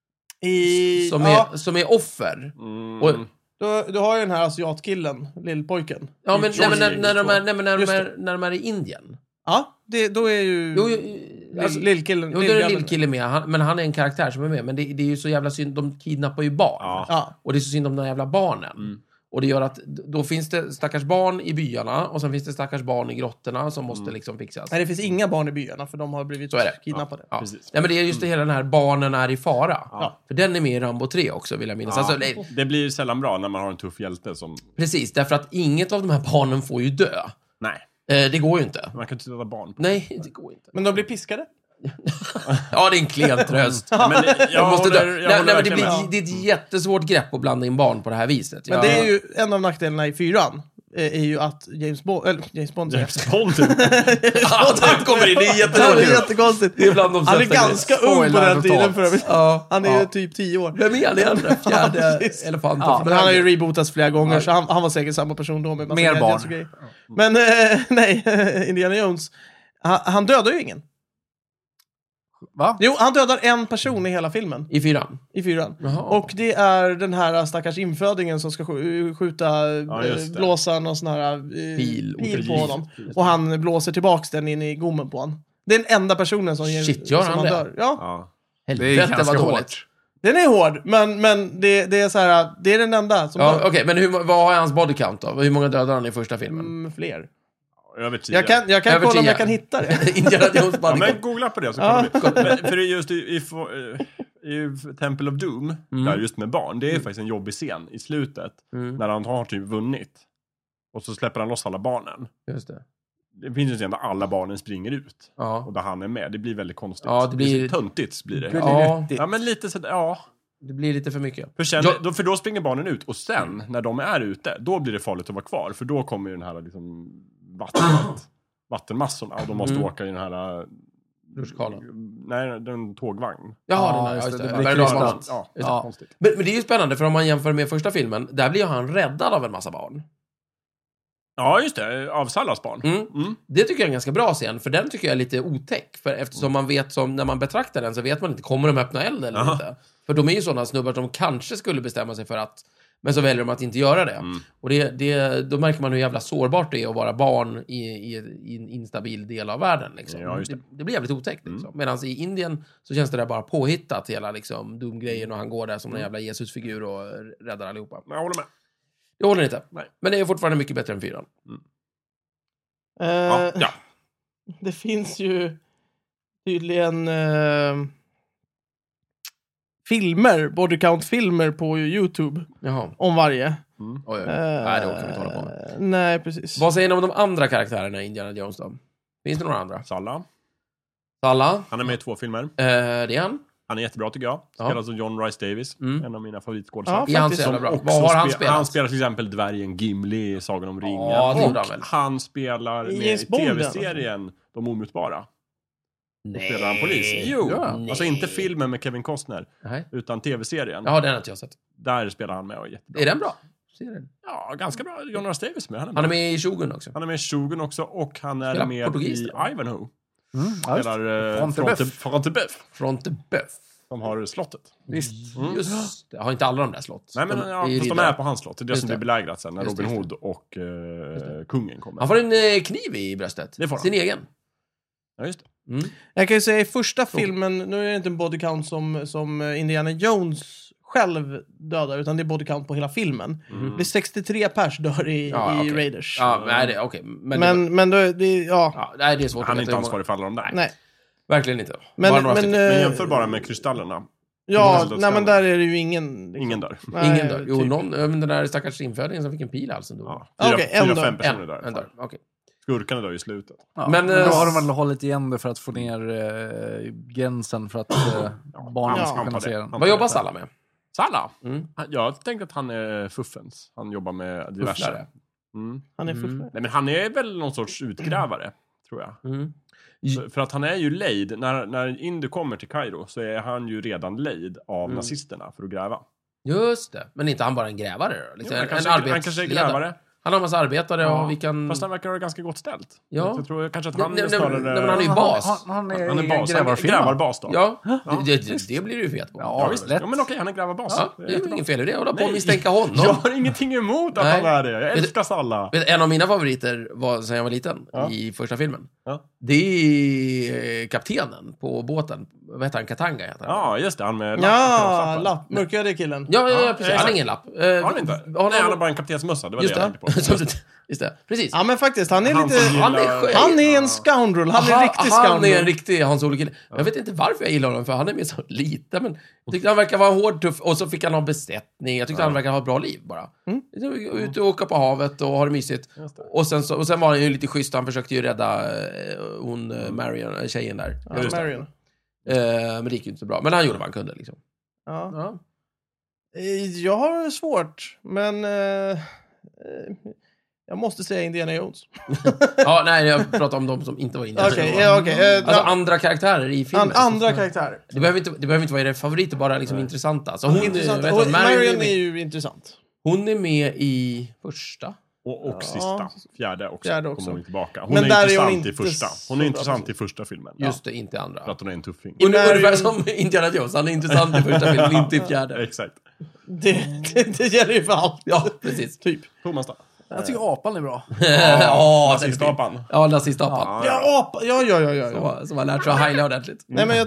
Som är offer. Och, Du har ju den här asiatkillen, lillpojken. ja, men när de är i Indien. Ja, då är ju lillkillen. Jo, då är det lillkille med. Men han är en karaktär som är med. Men det är ju så jävla synd. De kidnappar ju barn. Ja. Och det är så synd om de jävla barnen. Och det gör att då finns det stackars barn i byarna. Och sen finns det stackars barn i grottorna som måste liksom fixas. Nej, det finns inga barn i byarna för de har blivit kidnappade. Ja. Ja, men det är just det hela den här barnen är i fara. Ja. För den är med i Rambo 3 också, vill jag minnas. Ja. Alltså, det blir sällan bra när man har en tuff hjälte som... Precis, därför att inget av de här barnen får ju dö. Nej. Det går ju inte. Man kan inte döda barn på. Nej, det går inte. Men de blir piskade? Ja, det är en klen tröst. Men det är ett jättesvårt grepp att blanda in barn på det här viset. Men det är ju en av nackdelarna i 4 är ju att James Bond Han kommer in, det är jättekonstigt. Det är bland de han är ganska ung på den tiden för övrigt. Ja, han är typ 10 år. Vem är han egentligen? Fjärde elefanten. Ja, men han har ju rebootats flera gånger så han var säkert samma person då med massa mer barn. Men nej, Indiana Jones han dödar ju ingen. Va? Jo, han dödar en person i hela filmen. I 4. Jaha. Och det är den här stackars infödingen som ska skjuta blåsan och sån här pil på honom. Och han blåser tillbaks den in i gommen på honom. Det är den enda personen som gör han dör. Ja. Det är ganska hårt. Den är hård, men det är så här, det är den enda som dör. Okej, men vad har hans body count då? Hur många dödar han i första filmen? Fler. Över 10. Jag kan kolla om jag kan hitta det. Indiana Jones body count. Men googla på det så kollar vi. Men för det är just i Temple of Doom, där just med barn, det är faktiskt en jobbig scen i slutet. När han har typ vunnit. Och så släpper han loss alla barnen. Just det. Det finns ju en scen där alla barnen springer ut. Ja. Och där han är med. Det blir väldigt konstigt. Ja, det blir töntigt blir det. Ja, men lite så ja. Det blir lite för mycket. För då springer barnen ut. Och sen, när de är ute, då blir det farligt att vara kvar. För då kommer ju den här liksom vattenmassorna. Och de måste åka i den här... Rutschkanan. Nej, den tågvagn. Ja, just det. Det blir kristat. Ja, konstigt. Men det är ju spännande, för om man jämför med första filmen, där blir han räddad av en massa barn. Ja, just det. Av Sallas barn. Det tycker jag är en ganska bra scen, för den tycker jag är lite otäck. För eftersom man vet, när man betraktar den så vet man inte, kommer de öppna eld eller inte? För de är ju sådana snubbar som kanske skulle bestämma sig för att, men så väljer de att inte göra det. Och då märker man hur jävla sårbart det är att vara barn i en instabil del av världen. Liksom. Ja, just det blir jävligt otäckt. Liksom. Medan i Indien så känns det där bara påhittat, hela liksom, dumgrejen, och han går där som en jävla Jesusfigur och räddar allihopa. Jag håller med. Jag håller inte. Nej. Men det är fortfarande mycket bättre än 4. Det finns ju tydligen filmer, body count-filmer på YouTube. Jaha. Om varje. Nej, det orkar vi inte hålla på med. Nej, precis. Vad säger ni om de andra karaktärerna i Indiana Jones då? Finns det några andra? Salla. Salla? Han är med i 2 filmer. Det är han. Han är jättebra tycker jag. Spelar som John Rhys Davis. En av mina favoritskådespelare. Ja, han så bra. Vad har han spelat? Han spelar till exempel dvärgen Gimli i Sagan om ringen. Ja, det gjorde och han väl. han spelar med i tv-serien De omutbara. Nej. Spelar han polis? Jo, Ja. alltså inte filmen med Kevin Costner, Nej. utan tv-serien. Ja, den har inte jag sett. Där spelar han med och är jättebra. Är den bra? Serien. Ja, ganska bra. John Ross Davis med. Han är med i Shogun också. Han är med i Shogun också och han är Spelar med portugis i där. Ivanhoe. Ja, just. Spelar Frontebeuf. Frontebeuf. Frontebeuf. De har slottet. Visst. Just det. Har inte alla de där slott? Nej, men ja, är fast de riddare. är på hans slott. Det är det Just som det. blir belägrat sen när Just det, Robin just Hood och kungen kommer. Han får en kniv i bröstet. Det får han. Sin egen. Ja, just det. Mm. Jag kan ju säga i första filmen, nu är det inte en body count som Indiana Jones själv dödar, utan det är body count på hela filmen. Det är 63 pers dör i okej. Raiders. Ja, nej, det okej. Men då, ja. Ja, nej, det är svårt Han är att inte veta. ansvarig för alla de där. Nej. Verkligen inte. Men, Bara några men, stycken. eh, Men jämför bara med kristallerna. ja, Många nej men där är det ju ingen... liksom. Ingen där. Nej, Ingen dör. Jo, typ. men den där stackars infödingen som fick en pil i halsen dog. Ja. Okej, en dör. 4-5 personer där. En dör. Okej. Skurkarna dör i slutet. Ja, Men, men då har de eh, väl hållit igen det för att få ner gränsen för att barnen Ja. ska kunna antar se det. den. Vad jobbar Salla med? Salla? Mm. Jag tänkte att han är fuffens. Han jobbar med diverse. Fufflare. Mm. Han är fufflare. Nej, men han är väl någon sorts utgrävare, tror jag. Mm. För att han är ju lejd. När Indy kommer till Kairo så är han ju redan lejd av nazisterna för att gräva. Just det. Men inte han bara en grävare då? Liksom, Jo, en han kanske är grävare. Han har en massa arbetare och vi kan... Fast han verkar ha det ganska gott ställt. Ja. Jag tror kanske att han Nej, är snarare... nej, men han är ju bas. Han är, Han är bas. grävarfirma. Grävarbas då. Ja, det blir du fet på. Ja, visst. lätt. Ja, men okej, han är grävarbas. Ja, det är ju jättebra. ingen fel i det. Hålla på Nej. att misstänka honom. Jag har ingenting emot att Nej. han är det. Jag älskar Salla. En av mina favoriter var sen jag var liten i första filmen. Ja. Det är kaptenen på båten. Vad heter han? Katanga heter han. Ja, just det. Han med Ja, mörkhyade killen. Ja, precis. Han exakt. har ingen lapp. Har han inte? Nej, han har bara en kaptensmössa. Det var Just det jag det. tänkte på. Just det. Precis. Ja, men faktiskt, han är Han lite... som gillar- Han är skön. Han är en scoundrel. Han är en riktig Han scoundrel. är en riktig Hans Olof-kille. Jag vet inte varför jag gillar honom, för han är med så lite, men jag tyckte han verkar vara hård, tuff, och så fick han ha besättning. Jag tyckte han verkar ha ett bra liv bara. Ut och åka på havet och ha det mysigt. Och sen var han ju lite schysst, han försökte ju rädda hon Marion, tjejen där. Ja, Marion. Men det gick ju inte så bra. Men han gjorde vad han kunde liksom. Ja. Ja. Jag har svårt, men... jag måste säga Indiana Jones. Ja, nej, jag pratar om de som inte var inne. Okej. Alltså andra karaktärer i filmen. Andra karaktärer. Det behöver inte vara era favoriter, bara liksom intressanta. Så hon, Intressant. vet Och du, Marion Marion är är med, ju intressant. hon är med i första. Och sista. Fjärde också. Fjärde också. Kommer hon tillbaka. Hon Men är där är intressant hon i inte första. så Hon är bra, intressant i precis. första filmen. Just det, inte andra. För att hon är en tuffing. Ungefär som Indiana Jones. Han är intressant i första filmen, inte i fjärde. Exakt. Det gäller ju för allt. Ja, precis. Typ. Thomas då? Jag tycker apan är bra. Ja, Nazistapan. Ja, nazistapan. Ja. Som har lärt sig att heila ordentligt. Nej, men jag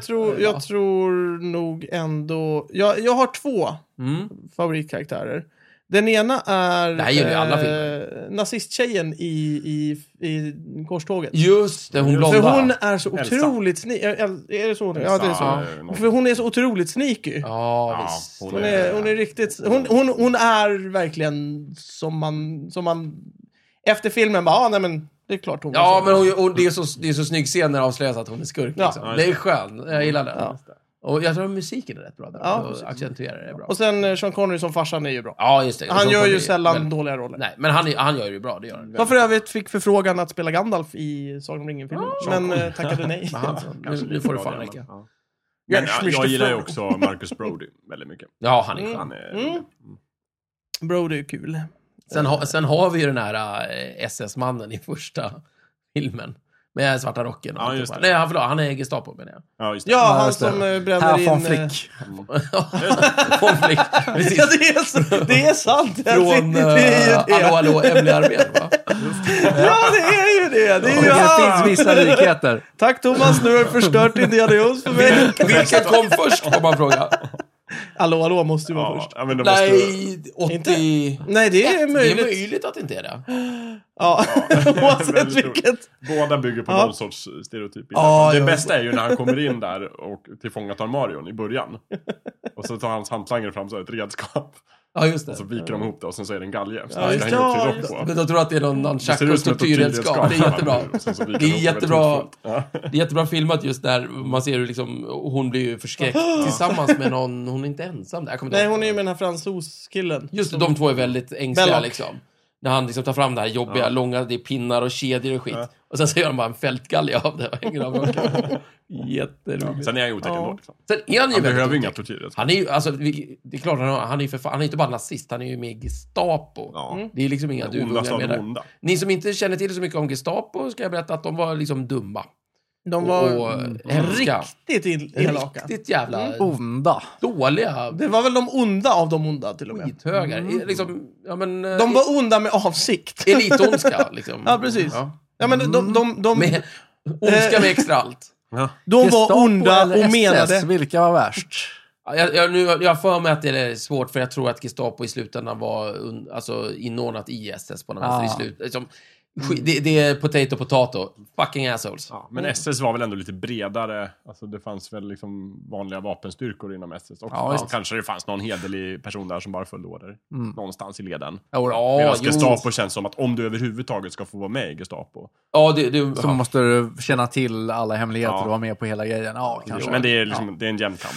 tror nog ändå... Jag har två favoritkaraktärer. Den ena är Det här gäller ju alla filmer. nazisttjejen i korståget. Just det, hon För blonda. hon är så Elsa. otroligt sneaky. Är det så? Ja, det är så. Ja, För hon är så otroligt sneaky. Ja, visst. hon Hon är riktigt... Hon är verkligen som man... Efter filmen bara, nej men det är klart hon Ja, var så. men det är så snygg scen när det avslöjas att hon är skurk. Ja. Liksom. Det är skön. Jag gillar det. Ja. Och jag tror att musiken är rätt bra där. Ja, och precis. accentuerar det bra. Och sen Sean Connery som farsan är ju bra. Ja, just det. Han gör ju Connery, sällan men- dåliga roller. Nej, men han gör ju bra, det gör han. Jag för övrigt fick förfrågan att spela Gandalf i Sagan om ringen-filmen. Men tackade nej. Men nu får du fan räcka. Ja. Men Yes, jag Mr. gillar ju Frodo. också Marcus Brody väldigt mycket. Ja, han är skön. Han är... Bro, det är kul. Sen har vi ju den här SS-mannen i första filmen. Med svarta rocken. Och Ja, allt just det. det. Nej, han är Gestapo, menar jag. Ja, just det. Ja, han just det. som bränner Här in... von Flick. Konflikt. Precis. Ja, det är sant. Från det är ju det. Hallå, Emily-armén, va? Ja, det är ju det. Det är ju Det finns vissa likheter. Tack Thomas, nu har du förstört Indiana Jones för mig. Vilken kom först, får man fråga. Hallå, måste ju vara först. Ja, men de måste... Nej, 80... Nej, det är Det är möjligt. möjligt att det inte är det. Ja, oavsett väldigt vilket. Båda bygger på Ja. någon sorts stereotyp. Ja, Det ja. bästa är ju när han kommer in där och tillfångatar Marion i början. Och så tar hans hantlangare fram så här ett redskap. Ja, just det. Och så viker de ihop det och sen så är det en galge. Så Ja, han just ska det. hänga upp Ja, sin rock just på. Men jag tror att det är någon Det ser tjack och ut som ett tortyrredskap. Det är jättebra. Och sen så viker Det är de ihop jättebra. väldigt hotfullt. Ja. Det är jättebra filmat just där man ser hur liksom, hon blir ju förskräckt tillsammans med någon, hon är inte ensam där. Jag kommer inte Nej, ihåg. hon är ju med den här fransoskillen. Just det, de två är väldigt ängsliga Belloc. liksom. När han liksom tar fram det här jobbiga, långa, det är pinnar och kedjor och skit. Ja. Och sen så gör han bara en fältgalge av det. Jätteroligt. Sen är han ju otäck ändå. Liksom. Sen är han ju Han väldigt behöver inga otäck. tortyrer. Han är ju, alltså, det är klart, han är inte bara nazist, han är ju med i Gestapo. Ja. Det är liksom inga Ondast duvungar av med de där. onda. Ni som inte känner till så mycket om Gestapo ska jag berätta att de var liksom dumma. De var Och hemska. riktigt elaka. Riktigt jävla Onda. dåliga. Det var väl de onda av de onda till och med. Skithögar. Liksom, ja, men, De var onda med avsikt. elitondska, liksom. Ja, precis. Ja. Ja, men de Med, ondska med extra allt. Ja. de var Gestapo onda eller och menade... SS, vilka var värst? Jag har för mig att det är svårt, för jag tror att Gestapo i slutändan var inordnat i SS på något vänster i slut. Liksom, det är potato. Fucking assholes. Ja, men SS var väl ändå lite bredare. Alltså det fanns väl liksom vanliga vapenstyrkor inom SS också. Ja, visst. Kanske det fanns någon hederlig person där som bara följde order. Någonstans i leden. Ja, Medan jo. Gestapo känns som att om du överhuvudtaget ska få vara med i Gestapo. Ja, så måste du känna till alla hemligheter Ja. och vara med på hela grejen. Ja, kanske. Men det är, liksom, det är en jämn kamp.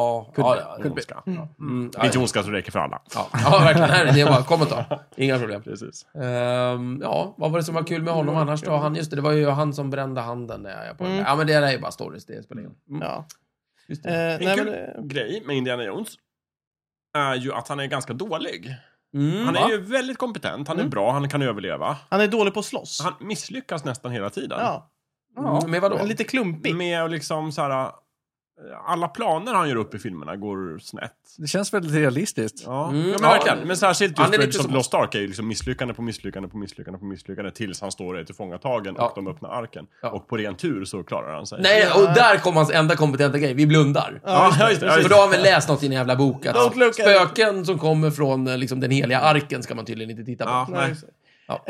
Ja. Lite ondska så räcker för alla. Ja, verkligen. Här, det är bara kommentar. Inga problem. Precis. Ja, vad var det som var kul med honom annars då? Det var ju han som brände handen när jag på den där. Ja, men det är ju bara stories, det spelar ingen roll. Ja. Just det. En Nej, kul men, grej med Indiana Jones är ju att han är ganska dålig. Han Va? är ju väldigt kompetent, han är bra, han kan överleva. han är dålig på att slåss. Han misslyckas nästan hela tiden. Ja. Med vadå? Lite klumpig. Med att liksom så här, alla planer han gör upp i filmerna går snett. Det känns väldigt realistiskt. Ja, Mm, men ja. verkligen. Men särskilt Han just är Raiders lite of som- the Lost Ark är ju liksom misslyckande på misslyckande tills han står i tillfångatagen Ja. och de öppnar arken. Ja. Och på ren tur så klarar han sig. Nej, och där kom hans enda kompetenta grej. Vi blundar. Ja, just det. Ja, För just då det. har han väl läst något i en jävla bok. Att Don't look at spöken som kommer från liksom, den heliga arken ska man tydligen inte titta på. Ja, nej. Ja.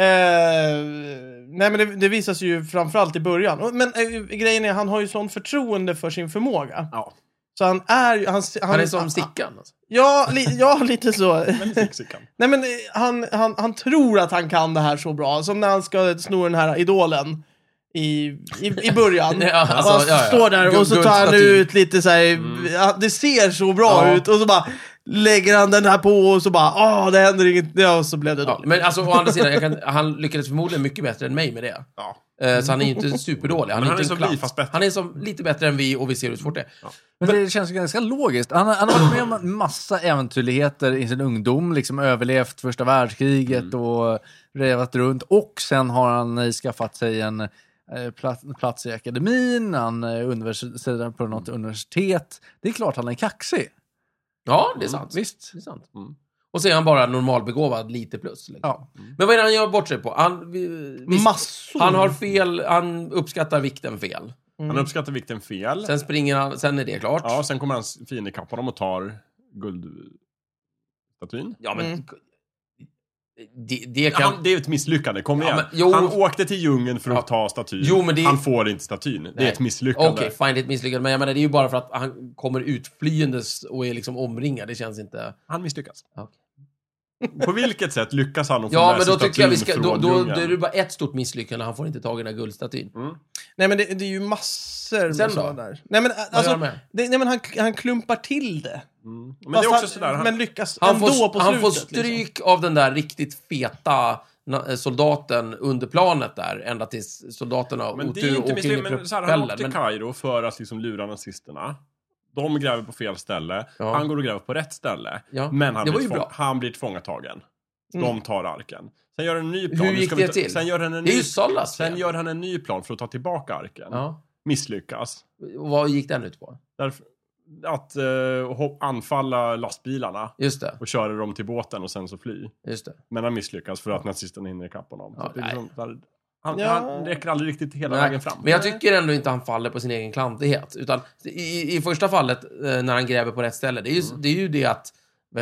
Nej, men det visas ju framförallt i början. Men grejen är, han har ju sån förtroende för sin förmåga. Ja, Så han är ju... Han är som Sickan. Alltså. Ja, lite så. väldigt fixickan. Nej, men han tror att han kan det här så bra. Som när han ska sno den här idolen i början. Ja, alltså, och han ja. står där och så tar han Guldstaty. ut lite så här, ja, det ser så bra Ja. ut. Och så bara lägger han den här på och så bara, det händer inget. Ja, och så blev det Ja, dåligt. men alltså å andra sidan, han lyckades förmodligen mycket bättre än mig med det. Ja. Så han är ju inte superdålig. Men han inte är som en klass. vi, fast bättre. Han är som lite bättre än vi och vi ser hur svårt det är. Men det känns ganska logiskt. Han har varit med om en massa äventyrligheter i sin ungdom, liksom överlevt första världskriget och revat runt. Och sen har han skaffat sig en plats i akademin, han är på något universitet. Det är klart han är kaxig. Ja, det är sant. Visst. Det är sant. Mm. Och så är han bara normalbegåvad lite plus. Liksom. Ja. Men vad är det han gör bort sig på? Visst, Massor. han har fel, han uppskattar vikten fel. Han uppskattar vikten fel. Sen springer han, sen är det klart. Ja, sen kommer hans fiende ikapp honom och tar guldstatyn. Ja, men det kan... Han, det är ett misslyckande, kom Ja, igen. men, jo. Han åkte till djungeln för att Ja. ta statyn. Jo, men det- Han får inte statyn. Det är Nej. ett misslyckande. Okej, fine, det är ett misslyckande. Men jag menar, det är ju bara för att han kommer utflyendes och är liksom omringad. Det känns inte... Han misslyckas. Okej. På vilket sätt lyckas han att få Ja, med men sig då tycker jag vi ska... statyn Då från djungeln? är det bara ett stort misslyckande. Han får inte tag i den här guldstatyn. Nej, men det är ju massor Sen med då? sådana där. Nej, men Vad gör alltså... han med? Nej, men han klumpar till det. Men det är också sådär. Men lyckas Han ändå får, på han slutet. får stryk av den där riktigt feta soldaten under planet där, ända tills soldaterna har Men det är otur och inte åker in i misslyckat. Men så här, han åkte till propellen. Kairo för att liksom lura nazisterna. De gräver på fel ställe. Ja. Han går och gräver på rätt ställe. Ja. Men han Det var blir, ju bra. han blir tillfångatagen. De tar arken. Sen gör han en ny plan. Hur Nu gick ska vi det ta- till? Sen gör han en Det är ny... ju Sallas Sen fel. gör han en ny plan för att ta tillbaka arken. Ja. Misslyckas. Och vad gick den ut på? Därför att anfalla lastbilarna Just det, och köra dem till båten och sen så fly. just det. Men han misslyckas för att nazisterna hinner ikapp honom. Ja, Så det är nej. liksom, där, han, Ja. han räcker aldrig riktigt hela Nej, vägen fram. men jag tycker ändå inte han faller på sin egen klantighet. Utan i första fallet, när han gräver på rätt ställe, det är ju det att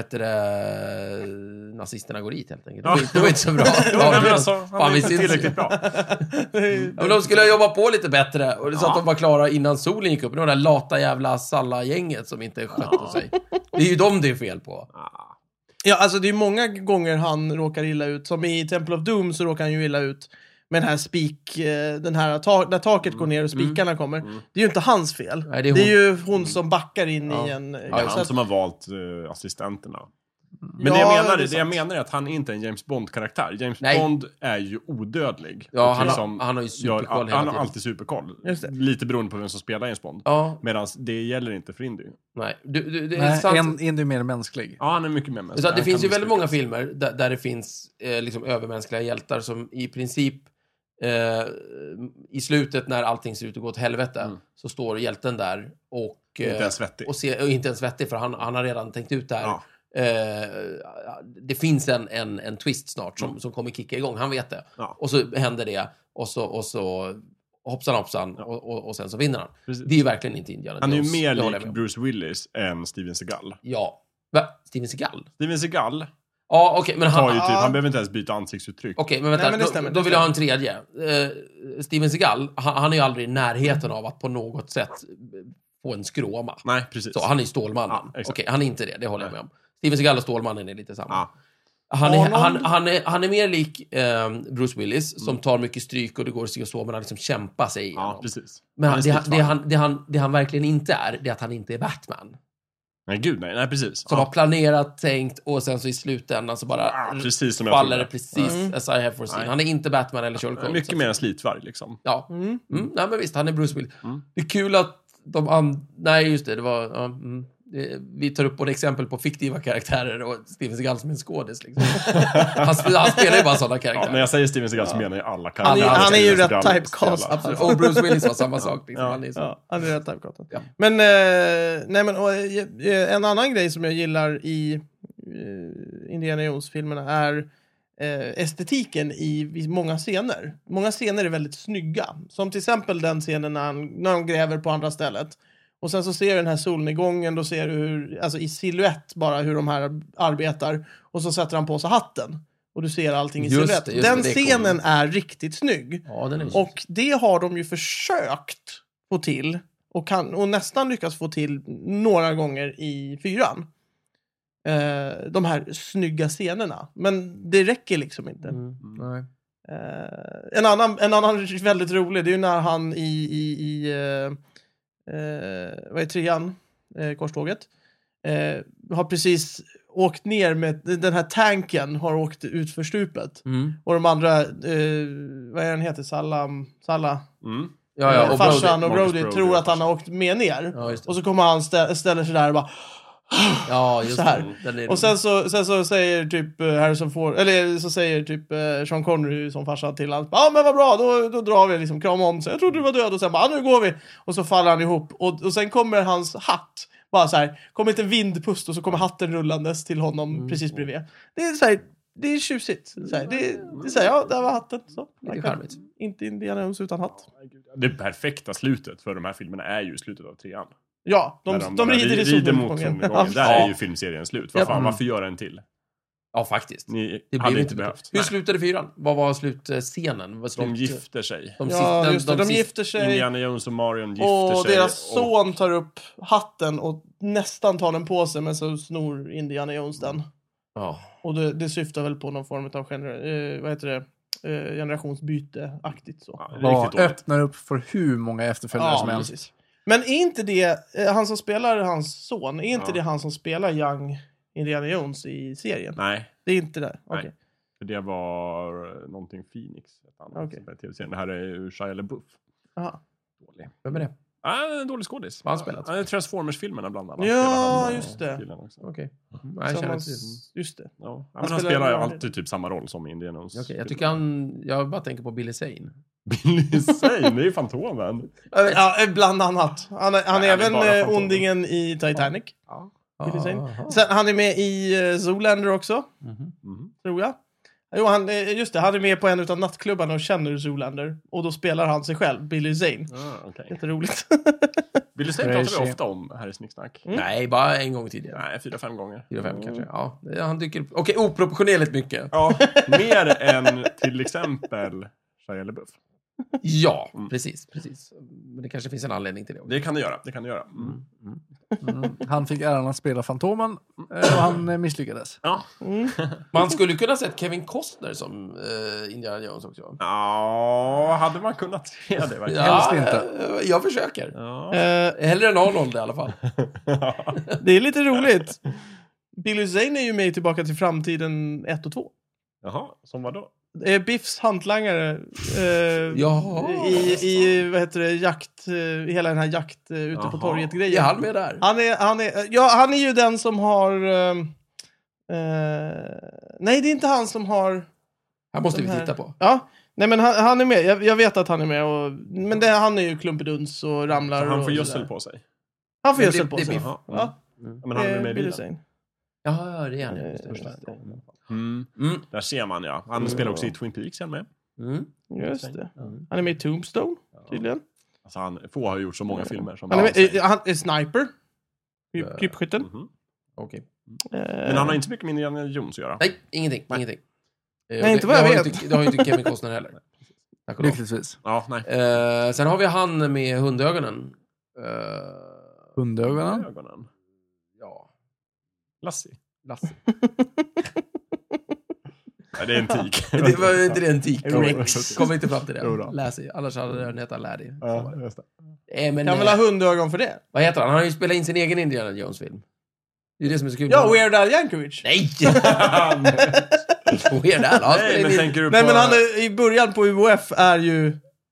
nazisterna går dit helt enkelt. Det var inte så bra. Jo, Ja, men det- alltså, han fan, är vi inte syns- tillräckligt bra. Ja, men de skulle jobba på lite bättre och så att de var klara innan solen gick upp. Det var det där lata jävla Salla-gänget som inte skötte sig. Det är ju dem det är fel på. Ja, alltså det är många gånger han råkar illa ut. Som i Temple of Doom så råkar han ju illa ut med den här den här där taket går ner och spikarna kommer. Det är ju inte hans fel. Nej, det är ju hon som backar in Ja. i en... Det är så han att- som har valt assistenterna. Men det jag menar är att han inte är en James Bond-karaktär. James Bond är ju odödlig. Ja, och han har ju superkoll han har alltid superkoll. Lite beroende på vem som spelar James Bond. Ja. Medan det gäller inte för Indy. Nej, det är sant. Indy är mer mänsklig. Ja, han är mycket mer mänsklig. Det finns ju väldigt många filmer där det finns liksom övermänskliga hjältar som i princip i slutet när allting ser ut att gå åt helvete så står hjälten där och inte ens svettig. Och inte ens svettig för han har redan tänkt ut det här. Ja. Det finns en twist snart som kommer kicka igång. Han vet det. Ja. Och så händer det och så hoppsan och sen så vinner han. Precis. Det är ju verkligen inte Indiana Han är ju Jones. mer Det håller jag lik med om. Bruce Willis än Steven Seagal. Ja. Steven Seagal? Steven Seagal Ja, okej, men tar ju typ, han behöver inte ens byta ansiktsuttryck. Okej, men vänta, Nej, men det stämmer, då vill jag ha en tredje. Steven Seagal, han är ju aldrig i närheten av att på något sätt få en skråma. Nej, precis. Så, han är ju Stålmannen. Ja, Okej, han är inte det håller jag med om. Steven Seagal och Stålmannen är lite samma. Ja. Han är mer lik Bruce Willis, som tar mycket stryk och det går att se och så, men han liksom kämpar sig igenom. Ja, precis. Men det han verkligen inte är, det är att han inte är Batman. Nej, gud, nej precis. Som har planerat, tänkt och sen så i slutändan så bara precis som faller det precis as I have foreseen. Han är inte Batman eller Sherlock Holmes. Mycket mer en slitvarg liksom. Ja. Nej, men visst, han är Bruce Willis. Det är kul att nej, just det, det var... vi tar upp både exempel på fiktiva karaktärer och Steven Seagal som en skådis. Liksom. han spelar ju bara sådana karaktärer. Ja, när jag säger Steven Seagal så menar jag alla karaktärer. Han är ju rätt typecast. Absolut. Och Bruce Willis var samma sak. Liksom. Han är rätt typecast. Ja. Men, en annan grej som jag gillar i Indiana Jones-filmerna är estetiken i många scener. Många scener är väldigt snygga. Som till exempel den scenen när de gräver på andra stället. Och sen så ser du den här solnedgången, då ser du hur, alltså i silhuett bara hur de här arbetar. Och så sätter han på sig hatten. Och du ser allting i silhuett. Den scenen är riktigt snygg. Ja, den är och det har de ju försökt få till. Och nästan lyckats få till några gånger i 4:an. De här snygga scenerna. Men det räcker liksom inte. Nej. En annan väldigt rolig, det är ju när han vad är 3:an? Korståget. Har precis åkt ner med den här tanken, har åkt ut för stupet. Och de andra, vad är den heter? Salla. Ja, och farsan och Brody tror att han har åkt med ner. Ja, och så kommer han ställer sig där och bara... Ja, just så här. Och sen så säger typ Harrison Ford, eller så säger typ Sean Connery som farsan till han, ja men vad bra, då drar vi liksom, krama om sig. Jag trodde du var död och sen bara, nu går vi. Och så faller han ihop och sen kommer hans hatt bara så här, kommer inte vindpust och så kommer hatten rullandes till honom precis bredvid. Det är så här, det är tjusigt. Så här, det säger ja, där var hatten. Så. Det är charmigt. Inte Indiana Jones utan hatt. Det perfekta slutet för de här filmerna är ju slutet av 3:an. Ja, de rider mot solnedgången. Där är ju filmserien slut. Varför göra en till? Ja, faktiskt. Det hade inte behövt. Hur slutade 4:an? Vad var slutscenen? De gifter sig. De gifter sig. Indiana Jones och Marion gifter sig. Och deras son tar upp hatten och nästan tar den på sig, men så snor Indiana Jones den. Ja. Och det syftar väl på någon form av generationsbyte-aktigt så. Ja, öppnar upp för hur många efterföljare som helst. Precis. Men är inte det han som spelar hans son, är inte det han som spelar Young Indiana Jones i serien? Nej. Det är inte det? Nej. Okay. För det var någonting Phoenix. TV-serien. Det här är ju Shia LaBeouf. Aha. Dålig. Vem är det? En dålig skådis. Vad har han spelat? Han är Transformers-filmerna bland annat. Ja, just det. Okej. Just det. Ja. Han spelar ju alltid typ samma roll som Indiana Jones. Okej, jag bara tänker på Billy Zane. Billy Zane, det är ju Fantomen. Ja, bland annat. Han är även ondingen i Titanic. Ja. Sen, han är med i Zoolander också. Tror jag. Jo, han är med på en utav nattklubbarna och känner Zoolander. Och då spelar han sig själv, Billy Zane. Okay. Jätteroligt. Billy Zane pratar vi ofta om här i Snicksnack. Nej, bara en gång tidigare. Nej, 4-5 gånger. 4-5 kanske, ja. Han dyker upp. Okej, oproportionerligt mycket. Ja, mer än till exempel Shia LaBeouf. Ja, precis. Men det kanske finns en anledning till det också. Det kan det göra. Han fick äran att spela Fantomen och han misslyckades. Ja. Man skulle kunna sett Kevin Costner som Indiana Jones också. Ja, hade man kunnat se det verkligen? Helst inte. Jag försöker. Ja. Hellre än Arnold i alla fall. Det är lite roligt. Billy Zane är ju med i Tillbaka till framtiden 1 och 2. Jaha, som vad då? Biffs hantlangare Jaha. i vad heter det, jakt, hela den här jakt ute på Jaha. torget-grejen. Är han med där? Han är ju den som har... nej, det är inte han som har... Han måste vi Den här- titta på. Ja, nej men han är med. Jag vet att han är med. Men han är ju klumpeduns och ramlar. Så han och får gödsel sådär. på sig. Han får Men gödsel det- på det är sig. Biff. Jaha. Ja, Men han är med i Billy bilen. Zane. Jaha, det är han. Just det. Mm. Mm. Där ser man, ja. Han spelar också i Twin Peaks, han med. Mm. Just det. Han är med i Tombstone, tydligen. Alltså få har gjort så många filmer som Han är, säger. med, han är sniper. Krypskytten. Mhm. Okej. Men han har inte så mycket med Indiana Jones att göra. Nej, ingenting. Ingenting. Nej, inte vad jag har vet. Inte, det har ju inte Kevin Costner heller. Tack och lov. Lyckligtvis. Ja, nej. Sen har vi han med hundögonen. Hundögonen. Ögonen. Ja, Lassie. Lasse. Nej, det är en tik. Det var inte det en tik. Rex. Kom inte fram till Jo det. då. Lassie. Annars hade den hetat Larry. Ja, just det. Men, Kan väl ha hundögon för det? vad heter han? Han har ju spelat in sin egen Indiana Jones-film. Det är det som är så kul. Ja, Weird Al Yankovic. Nej! Weird Al. Han Nej, spelar men in... tänker du på... Nej, men han är, i början på UOF är ju...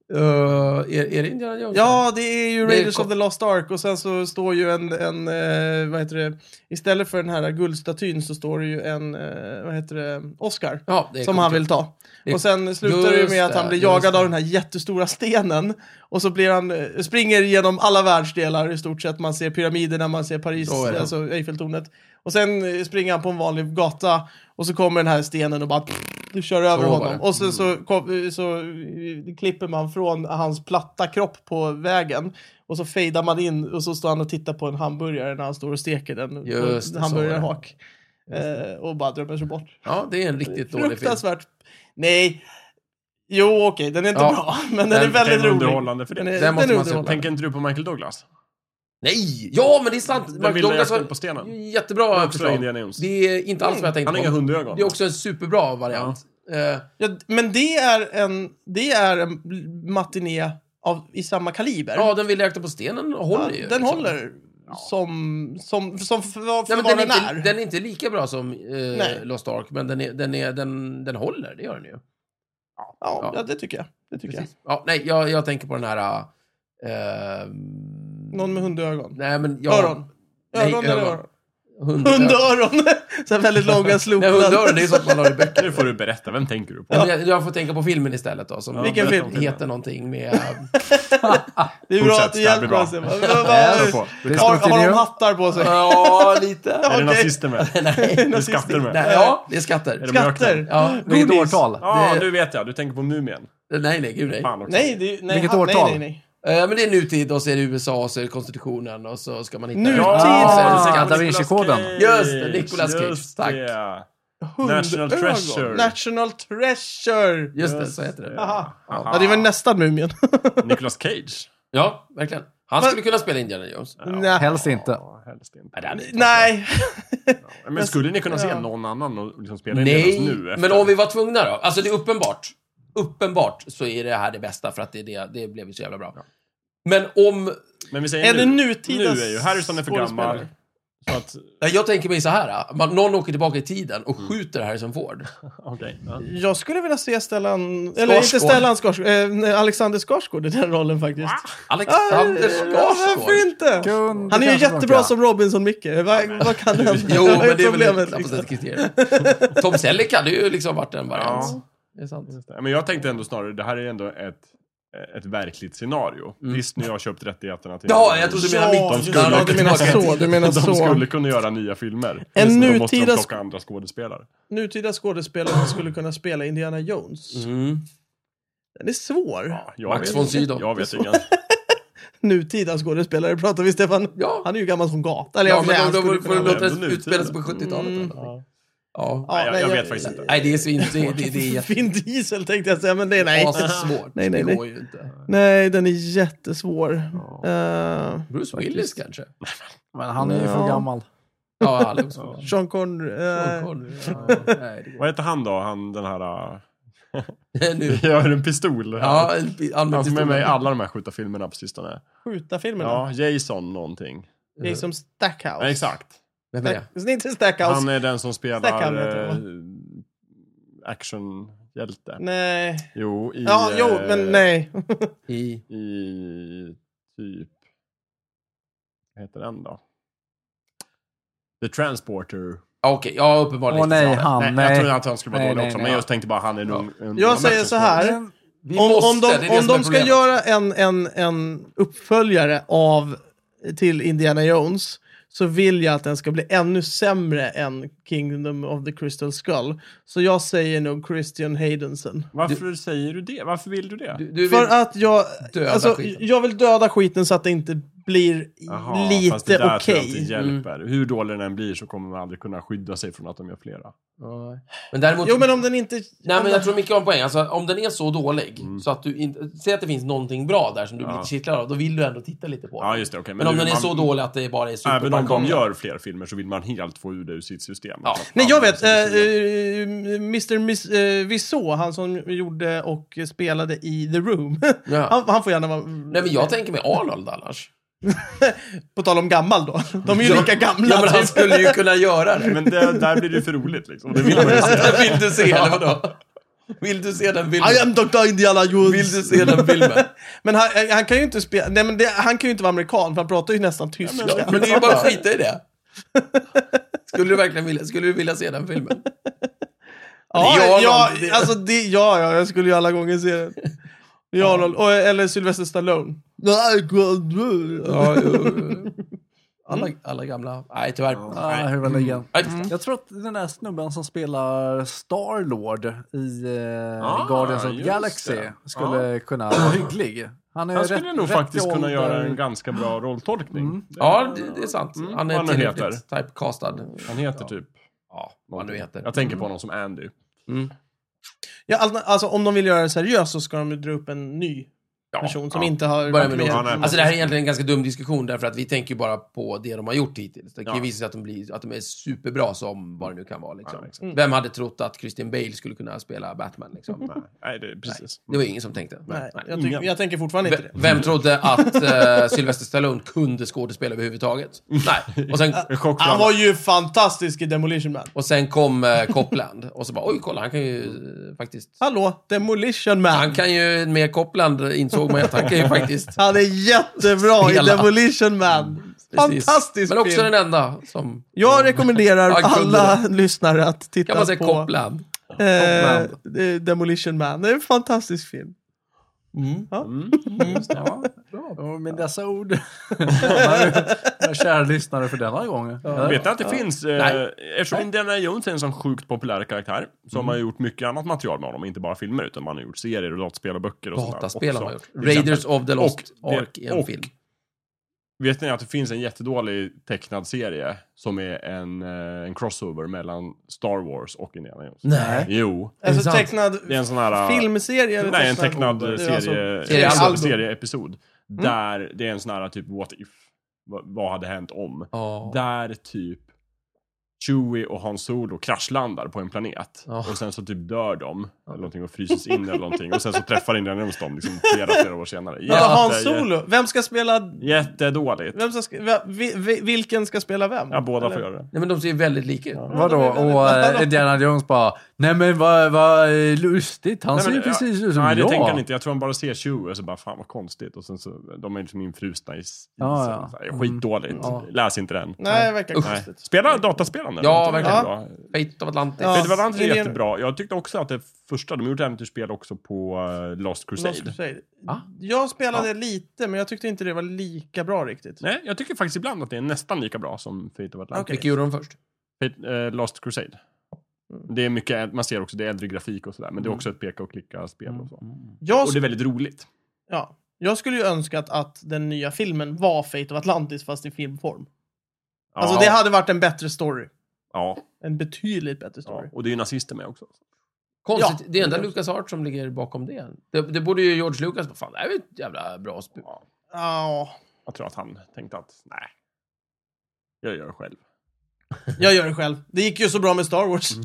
är det Indiana Jones? Ja, det är ju Det är Raiders of the Lost Ark. Och sen så står ju en vad heter det? Istället för den här guldstatyn så står det ju en, vad heter det? Oscar. Ja, det är Som coolt. han vill ta. Det är- Och sen slutar det ju Just med att han det, blir just jagad det. av den här jättestora stenen. Och så blir han, springer genom alla världsdelar i stort sett. Man ser pyramiderna, man ser Paris, Så är det. alltså Eiffeltornet. Och sen springer han på en vanlig gata. Och så kommer den här stenen och bara du kör över Så var honom. det. Och sen så klipper man från hans platta kropp på vägen. Och så fejdar man in och så står han och tittar på en hamburgare när han står och steker den. Just det, en hamburgare så var hak. Och bara drömmer sig bort. Ja, det är en riktigt dålig film. Fruktansvärt. Nej. Jo, okej, den är inte Ja, bra. Men den är den väldigt kan vara rolig. underhållande för det. Den måste man se. underhållande. Tänker inte du på Michael Douglas? Nej! Ja, men det är sant. Den vill Douglas jag har- på stenen. Jättebra Också förslag. Indiana Jones. Det är inte alls vad jag tänkte Han har på. inga hundögon. Det är också en superbra variant. Ja, men det är en matiné i samma kaliber. Ja, den vill räkna på stenen håller ju. Den liksom. håller som för Nej, men vad den, den är är. inte, den är inte lika bra som Nej. Lost Ark, men den håller, det gör den ju. Ja, det tycker jag. Det tycker Precis. Ja, nej, jag tänker på den här... jag. Någon med hundögon. Nej, men... Öron. Nej, Öron eller ögon. öron? Hundöron. Hundöron. Så här väldigt långa Nej, slopade. hundöron, det är sånt man har i böcker. Nu får du berätta, vem tänker du på? Ja. men jag får tänka på filmen istället då. Som Vilken berätta om film? heter någonting med... Det är bra Fortsätt, att du det här blir hjälper bra. oss. Kör på. Har de hattar på sig? Ja, lite. Är det Okej. nazister med? Nej. Är det skatter med? Nej, ja, det är skatter. Är det Skatter. Ja, Vilket Godis. årtal? Ja, Det- nu vet jag. Du tänker på Mumien. nej, gud nej. Fan också. Nej, nej. Vilket nej, årtal? nej. Men det är nutid och så är det USA och så är det konstitutionen och så ska man hitta... Nutid? Ja, så är det skatt. Da Vinci-koden. Just det, Nicolas Cage, Just tack. det. Hundögon. National Treasure. National Treasure. Just det, så heter det. Aha. Aha. Ja, det var nästan Mumien. Nicolas Cage. Ja, verkligen. Han skulle kunna spela Indiana Jones. Nej. Helst inte. Ja, helst inte. Nej, det hade inte Nej. Men skulle ni kunna se Ja. någon annan och liksom spela in det Nej, nu? Efter? men om vi var tvungna då? Alltså det är uppenbart. Uppenbart så är det här det bästa för att det blev ju så jävla bra. Men om... Men vi säger Är det nu. nutida Nu är ju Harrison är för skådespelare? gammal. Så att... Jag tänker mig så här. Någon åker tillbaka i tiden och skjuter Harrison Ford. Okej. Ja. Jag skulle vilja se eller inte Stellan Skarsgård, Alexander Skarsgård i den rollen faktiskt. Alexander Varför Skarsgård. inte? Kunde Han är ju kanske jättebra funka. som Robinson-Micke. Vad kan han? Jo, Vad men det är väl problemet, ett liksom? kriterium. Tom Selleck hade ju liksom varit en variant. Ja. Det är sant. Just det. Men jag tänkte ändå snarare, det här är ändå ett verkligt scenario. Visst, nu har jag köpt rättigheterna till... Ja, jag trodde du menade Ja, mitt. ja, du menar så. Du menar De så. skulle kunna göra nya filmer. En Just, då måste de nutida plocka andra skådespelare. Nutida skådespelare skulle kunna spela Indiana Jones. Mm. Den är svår. Ja, jag Max vet von inte. Sydow. Jag vet ingen. Nutida skådespelare pratar vi, Stefan. Ja. Han är ju gammal som gata. Eller Ja, jag får säga, men han då skulle får kunna du vara- låta det utspela sig på 70-talet. eller någonting. Ja. Ja, Nej, jag nej, vet faktiskt inte. Nej, det är så inte... Det är Vin Diesel tänkte jag säga, men det är nej. svårt. Nej, Det nej. går ju inte. Nej, den är jättesvår. Bruce Willis kanske? Men han är ju för Ja. gammal. Ja, han är också. Sean Connery. Nej, det Vad heter han då? Han den här... nu. Jag har en pistol. Ja, Han som är med i alla de här skjuta filmerna på sistone. Skjuta filmerna. Ja, Jason någonting. Jason Stackhouse. Ja, exakt. Vem är det? Det är inte Stackhouse. Han är den som Stackhouse, spelar vet actionhjälte. Nej. Jo, men nej. I... typ... Vad heter den då? The Transporter. Okej, ja, uppenbarligen. Åh nej, inte så. han. Nej, jag tror att han skulle vara Nej, dålig nej, också. nej. Men jag tänkte bara han är nog... Jag säger så här. Vi Om måste, det är det de som är ska problemet. göra en uppföljare till Indiana Jones, så vill jag att den ska bli ännu sämre än Kingdom of the Crystal Skull. Så jag säger nog Christian Haydensen. Varför säger du det? Varför vill du det? Du vill För att döda skiten. jag vill döda skiten så att det inte blir Jaha, fast lite det där tror jag okej. inte hjälper. Hur dålig den än blir så kommer man aldrig kunna skydda sig från att de gör flera. Ja. Men däremot... Jo, men om den inte... Nej, men jag tror mycket om poäng. Alltså, om den är så dålig så att du inte... Säg att det finns någonting bra där som du blir lite kittlad av, då vill du ändå titta lite på den. Ja, just det. Okay. Men om den är så dålig att det bara är super... Även om de gör fler filmer så vill man helt få ur det ur sitt system. Ja. Nej, jag vet. Mr. Wiseau, han som gjorde och spelade i The Room. Ja. Han får gärna vara... Nej, men jag tänker mig Arnold annars. På tal om gammal då. De är ju lika gamla. Ja, men han typ. skulle ju kunna göra det. Men där blir det för roligt liksom. Det vill man ju se. Vill du se det, vadå? Vill du se den filmen? I am Dr. Indiana Jones. Vill du se den filmen? Men han kan ju inte spela... Nej, men han kan ju inte vara amerikan, för han pratar ju nästan tyska. Ja, men det är ju bara att skita i det. Skulle du verkligen vilja se den filmen? Jag skulle ju alla gånger se den. Eller Sylvester Stallone. Alla gamla... Nej, tyvärr. Huvudligen. Nej. Jag tror att den där snubben som spelar Star-Lord i Guardians of the just Galaxy det. skulle kunna vara hygglig. Han skulle nog faktiskt kunna göra en ganska bra rolltolkning. Ja, det är sant. Han är Vad han nu heter. tillräckligt typecastad. Han heter typ... Ja, vad han nu heter. Jag tänker på honom som Andy. Ja, alltså om de vill göra det seriöst så ska de ju dra upp en ny person som inte har Börja varit med med. något. Alltså det här är egentligen en ganska dum diskussion därför att vi tänker ju bara på det de har gjort hittills. Det kan ju visa sig att de är superbra som vad det nu kan vara liksom. Vem hade trott att Christian Bale skulle kunna spela Batman liksom? Nej, det är precis. Det var ingen som tänkte. Nej, jag tänker fortfarande inte det. Vem trodde att Sylvester Stallone kunde skådespela överhuvudtaget? Nej. Och sen, Han var ju fantastisk i Demolition Man. och sen kom Copland och så bara, oj kolla, han kan ju faktiskt... Hallå, Demolition Man. Han kan ju, med Copland insåg man att han kan ju faktiskt... Han är jättebra i Spela. Demolition Man. Precis. Fantastisk Men också film. den enda som... Jag rekommenderar Han kunde alla lyssnare att Kan titta man säga på Copland? Demolition Man. Det är en fantastisk film. Och med dessa ord, kära lyssnare för denna gång. Vet ni att det finns, eftersom Indiana Jones är en sån sjukt populär karaktär, så har man gjort mycket annat material med honom, inte bara filmer, utan man har gjort serier och dataspel och böcker och sånt där Dataspel har man också. gjort. Raiders of the Lost Och- Ark i en film. Vet ni att det finns en jättedålig tecknad serie som är en crossover mellan Star Wars och Indiana Jones? Nej. Jo. Alltså sant? tecknad Det är en sån här... filmserie? Eller Nej, en tecknad Det är alltså- seriealbum. serieepisod. Där det är en sån här typ what if. Vad hade hänt om? Ja. Där typ Chewie och Han Solo kraschlandar på en planet. Ja. Och sen så typ dör de. Eller någonting och fryses in eller någonting. Och sen så träffar Indiana Jones dem liksom flera år senare. Han Solo. Vem ska spela... Jättedåligt. Vilken ska spela vem? Ja, båda får Eller? göra det. Nej, men de ser ju väldigt lika ut. Vadå? Och Indiana Jones bara, nej men vad lustigt, han ser ju precis ut som nej, det jag. tänker han inte. Jag tror han bara ser Chewie och så bara, fan vad konstigt. Och sen så, de är liksom infrusna i isen. Ja. Så här, skitdåligt. Läs inte den. Nej, det verkar Nej. konstigt. Spela dataspelen. Ja, verkligen. Bra. Fate of Atlantis. Ja. Fate of Atlantis är Indiana- jättebra. Jag tyckte också att det första, de gjorde äventyrsspel också på Lost Crusade. Lost Crusade. Va? Jag spelade lite, men jag tyckte inte det var lika bra riktigt. Nej, jag tycker faktiskt ibland att det är nästan lika bra som Fate of Atlantis. Okej. Vilka gjorde de först? Lost Crusade. Det är mycket, man ser också, det är äldre grafik och sådär. Men det är också ett peka och klicka-spel och så. Och det är väldigt roligt. Jag skulle ju önska att den nya filmen var Fate of Atlantis fast i filmform. Ja. Alltså det hade varit en bättre story. Ja. En betydligt bättre story. Och det är ju nazister med också. Konstigt, Ja. det är enda Lucas Art som ligger bakom det. Det borde ju George Lucas, fan det här är ju ett jävla bra spel. Ja. Jag tror att han tänkte att, nej. Jag gör det själv. Jag gör det själv. Det gick ju så bra med Star Wars.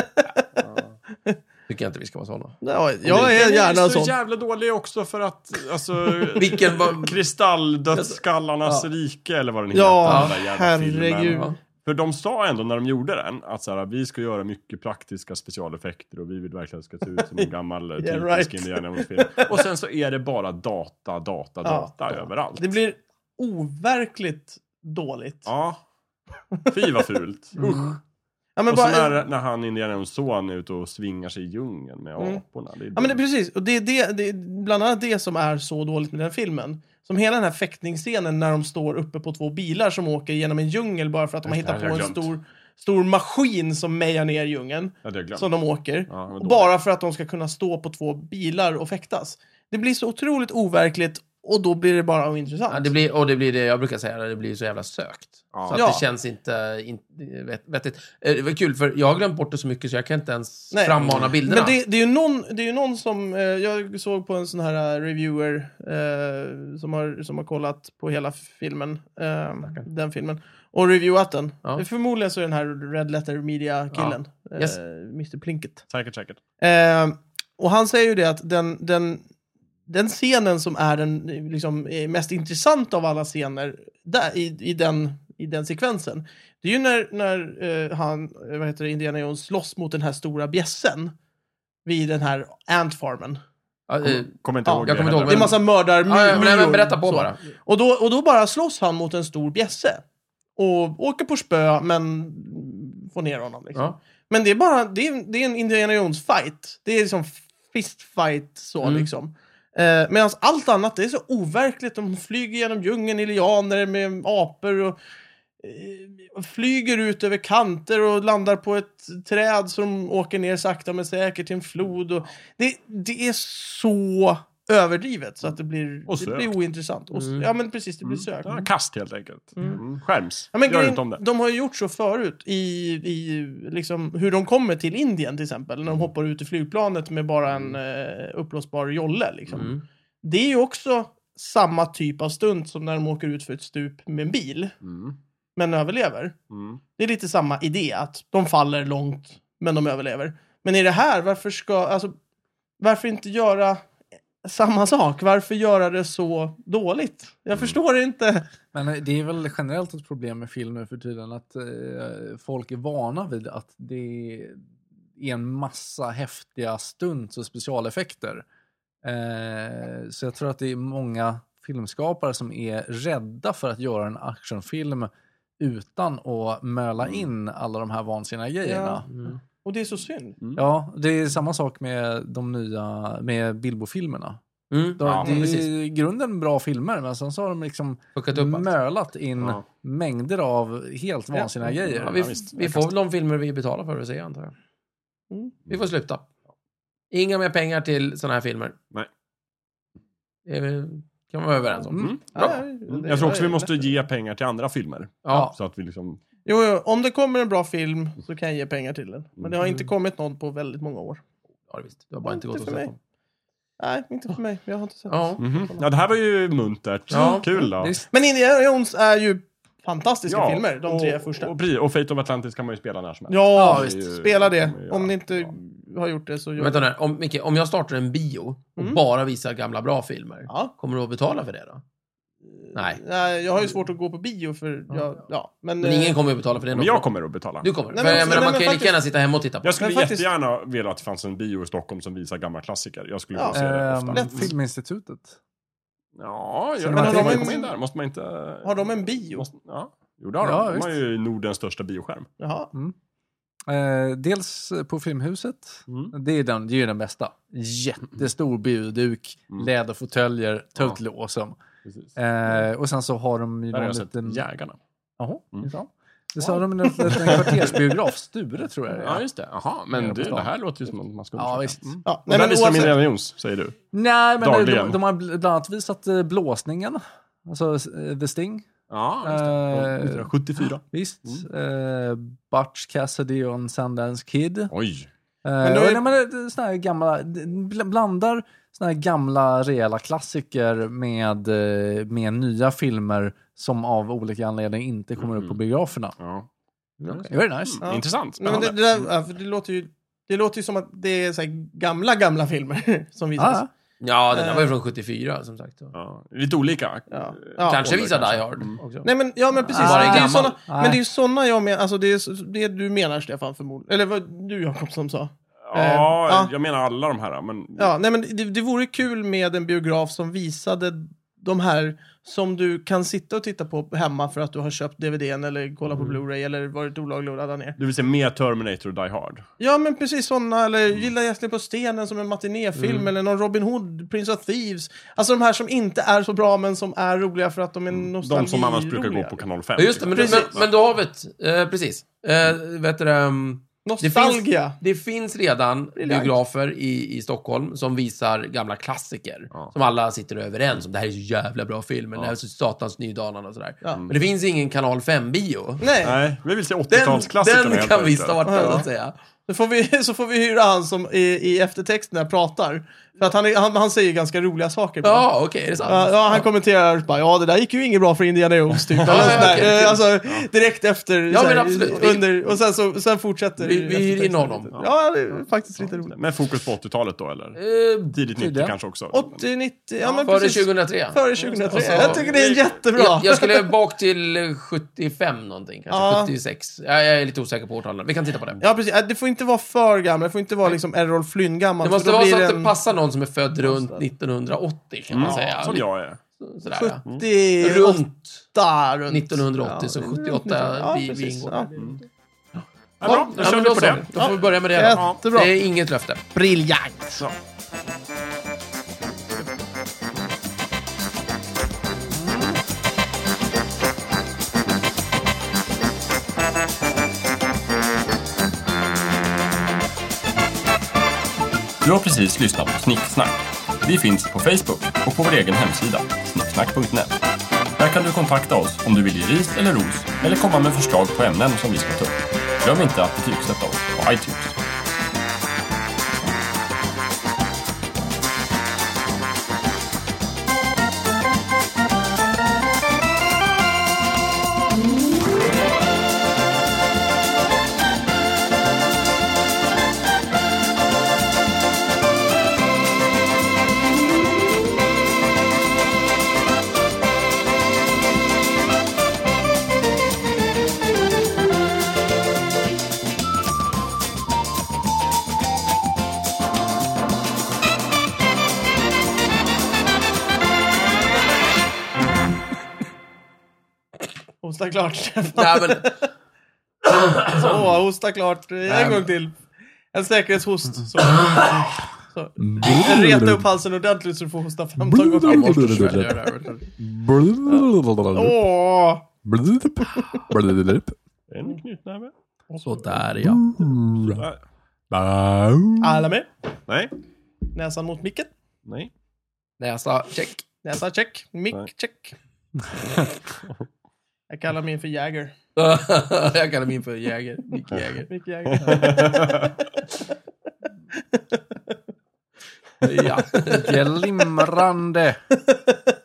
Tycker jag inte vi ska vara sådana. Ja, jag är gärna så sån. jävla dålig också för att, alltså... Vilken var... Kristalldödskallarnas rike, eller vad den heter. Ja, Den där jävla filmen. herregud. Ja. För de sa ändå när de gjorde den att så här, vi ska göra mycket praktiska specialeffekter och vi vill verkligen att det ska se ut som en gammal typisk Indiana Jones-film. Och sen så är det bara data överallt. Det blir overkligt dåligt. Ja. Fy vad fult. Usch. Ja, men och så bara, när han Indiana Jones son är ute och svingar sig i djungeln med aporna. Det är ja, men det, precis. Och det är bland annat det som är så dåligt med den här filmen. Som hela den här fäktningsscenen när de står uppe på 2 bilar som åker genom en djungel bara för att de har hittat på en stor maskin som mejar ner djungeln. Som de åker. Ja, och bara för att de ska kunna stå på 2 bilar och fäktas. Det blir så otroligt overkligt och då blir det bara ointressant. Ja, det blir det jag brukar säga, det blir så jävla sökt. Så att det känns inte vettigt. Det var kul, för jag har glömt bort det så mycket så jag kan inte ens frammana bilderna. Men det är ju någon som... jag såg på en sån här reviewer som har kollat på hela filmen. Den filmen. Och reviewat den. Ja. Förmodligen så är den här Red Letter Media-killen. Ja. Yes. Mr. Plinkett. Säkert. Och han säger ju det att den scenen som är den liksom, mest intressanta av alla scener där, i den sekvensen, det är ju när Indiana Jones slåss mot den här stora bjässen vid den här Ant-farmen. Kommer inte ihåg jag kommer inte ihåg. Det är en massa men berätta på bara. Och då bara slåss han mot en stor bjässe. Och åker på spö, men får ner honom liksom. Ja. Men det är bara, det är en Indiana Jones fight. Det är liksom fist fight så liksom. Medan allt annat, det är så overkligt. De flyger genom djungeln i lianer med apor och flyger ut över kanter och landar på ett träd som åker ner sakta men säkert till en flod. Och det är så överdrivet så att det blir ointressant. Ja, men precis, det blir sökt. Ja, kast helt enkelt. Skärms. Ja, men gör inte om det. De har ju gjort så förut i liksom hur de kommer till Indien till exempel. När de hoppar ut i flygplanet med bara en uppblåsbar jolle liksom. Det är ju också samma typ av stunt som när de åker ut för ett stup med en bil. Men överlever. Det är lite samma idé att de faller långt men de överlever. Men i det här, varför inte göra samma sak? Varför göra det så dåligt? Jag förstår det inte. Men det är väl generellt ett problem med filmer för tiden att folk är vana vid att det är en massa häftiga stunts och specialeffekter. Så jag tror att det är många filmskapare som är rädda för att göra en actionfilm utan att möla in alla de här vansinniga grejerna. Ja. Och det är så synd. Ja, det är samma sak med de nya med Bilbo-filmerna. Det är i grunden bra filmer, men sen så har de liksom mölat in mängder av helt vansinniga grejer. Ja, vi får väl de filmer vi betalar för att se, antar jag. Vi får sluta. Inga mer pengar till såna här filmer. Nej. Kan man vara överens om. Jag tror också vi måste ge pengar till andra filmer. Ja. Så att vi liksom... Jo, om det kommer en bra film så kan jag ge pengar till den. Men det har inte kommit någon på väldigt många år. Ja, visst. Du har bara inte gått och sett dem. Nej, inte för mig. Jag har inte sett Ja, det här var ju muntert. Ja, kul då. Men Indiana Jones är ju fantastiska filmer, de 3 första. Och Fate of Atlantis kan man ju spela när som helst. Ja, visst. Spela det. Om ni inte har gjort det så gör Vänta nu, om jag startar en bio och bara visar gamla bra filmer, kommer du att betala för det då? Nej, jag har ju svårt att gå på bio för men ingen kommer att betala för det. Men jag kommer att betala. Du kommer. Man kan ju lika gärna sitta hemma och titta på. Jag skulle jättegärna vilja att det fanns en bio i Stockholm som visar gamla klassiker. Jag skulle vilja se det ofta. Filminstitutet. Ja, men har de komma in där? Måste man inte... Har de en bio? Jo, det har de. De har ju Nordens största bioskärm. Jaha. Dels på Filmhuset. Det är ju den bästa. Jättestor bioduk, läderfåtöljer, totally awesome. Och sen så har de ju någon liten... Jägarna. Jaha, så har de en liten kvartersbiograf, Sture tror jag. Ja, just det. Jaha, men det här låter ju som att man ska undersöka. Ja, visst. Och där visar Indiana Jones, säger du? Nej, men de har bland annat visat blåsningen. Alltså The Sting. Ja, just det. 74. Visst. Butch Cassidy och Sundance Kid. Oj. Men såna här gamla... Blandar såna här gamla rejäla klassiker med nya filmer som av olika anledningar inte kommer upp på biograferna. Ja. Very nice. Ja. Intressant. Men det låter ju som att det är så här gamla filmer som visas. Ja, den där var ju från 74 som sagt. Ja, lite olika. Ja. Kanske visar kanske. Die Hard också. Nej men, ja men precis. Bara Det är ju gammal. såna, men det är ju såna jag menar, alltså det är det du menar Stefan förmodligen. Eller vad du Jakob som sa. Ja, jag menar alla de här. Men... Ja, nej men det vore kul med en biograf som visade de här som du kan sitta och titta på hemma för att du har köpt DVDn eller kolla på Blu-ray eller varit olaglig och ladda ner. Du vill säga mer Terminator och Die Hard? Ja, men precis såna, eller Gilla gästning på stenen som en matinéfilm, eller någon Robin Hood, Prince of Thieves. Alltså de här som inte är så bra men som är roliga för att de är nostalgi. De som annars brukar gå på kanal 5. Ja, just det, men då har vi precis. Vet du det, Nostalgia. det finns redan biografer i Stockholm som visar gamla klassiker. Som alla sitter överens om. Det här är så jävla bra filmer. Det här är så satans Nydanan och sådär. Ja. Men det finns ingen kanal 5-bio. Nej. Vi vill se 80-talsklassikerna. Den kan vi starta, så att säga. Så får vi hyra han som i eftertexterna pratar. För att han säger ganska roliga saker. Ja, okej, är det sant? Ja, han kommenterar bara, ja det där gick ju inget bra för Indiana Jones typ. Eller sådär. okej. Alltså direkt efter. Ja, såhär, men absolut. och sen fortsätter Vi hyr in honom. Ja, det är faktiskt lite roligt. Med fokus på 80-talet då, eller? Tidigt 90 kanske också. 80, 90, ja men Före precis. 2003. Före 2003. Och så- Jag tycker det är jättebra. Jag skulle bak till 75 någonting, kanske Ja. 76. Jag är lite osäker på årtalen. Vi kan titta på det. Ja, precis. Det får inte vara för gammalt. Det får inte vara liksom Errol Flynn gammal. Det måste för då vara så blir att en det passar någon som är född runt 1980, kan man säga. Som jag är. Sådär, ja. 78 Runt 1980, så 78 Ja, vi precis. ingår. Ja. Ja, bra, då kör men vi då på så. det. Då får vi börja med det då. Jättebra. Det är inget löfte. Briljant. Så. Du har precis lyssnat på Snicksnack. Vi finns på Facebook och på vår egen hemsida, snicksnack.net. Där kan du kontakta oss om du vill ge ris eller ros eller komma med förslag på ämnen som vi ska ta upp. Glöm inte att betygsätta oss på iTunes. Hosta klart. Nej, men, Så, hosta klart. En gång till. En säkerhetshost. Så. Reta upp halsen ordentligt så du får hosta 15 gånger. jag måste själv göra det här. Åh! En knytnäve. Sådär, ja. Alla med? Nej. Näsan mot micken. Nej. Näsa, check. Näsa check. Mick Nej. check. Jag kallar min för Jäger. Jag kallar min för Jäger. Mick Jäger. Mick Jäger. Ja. Glimrande.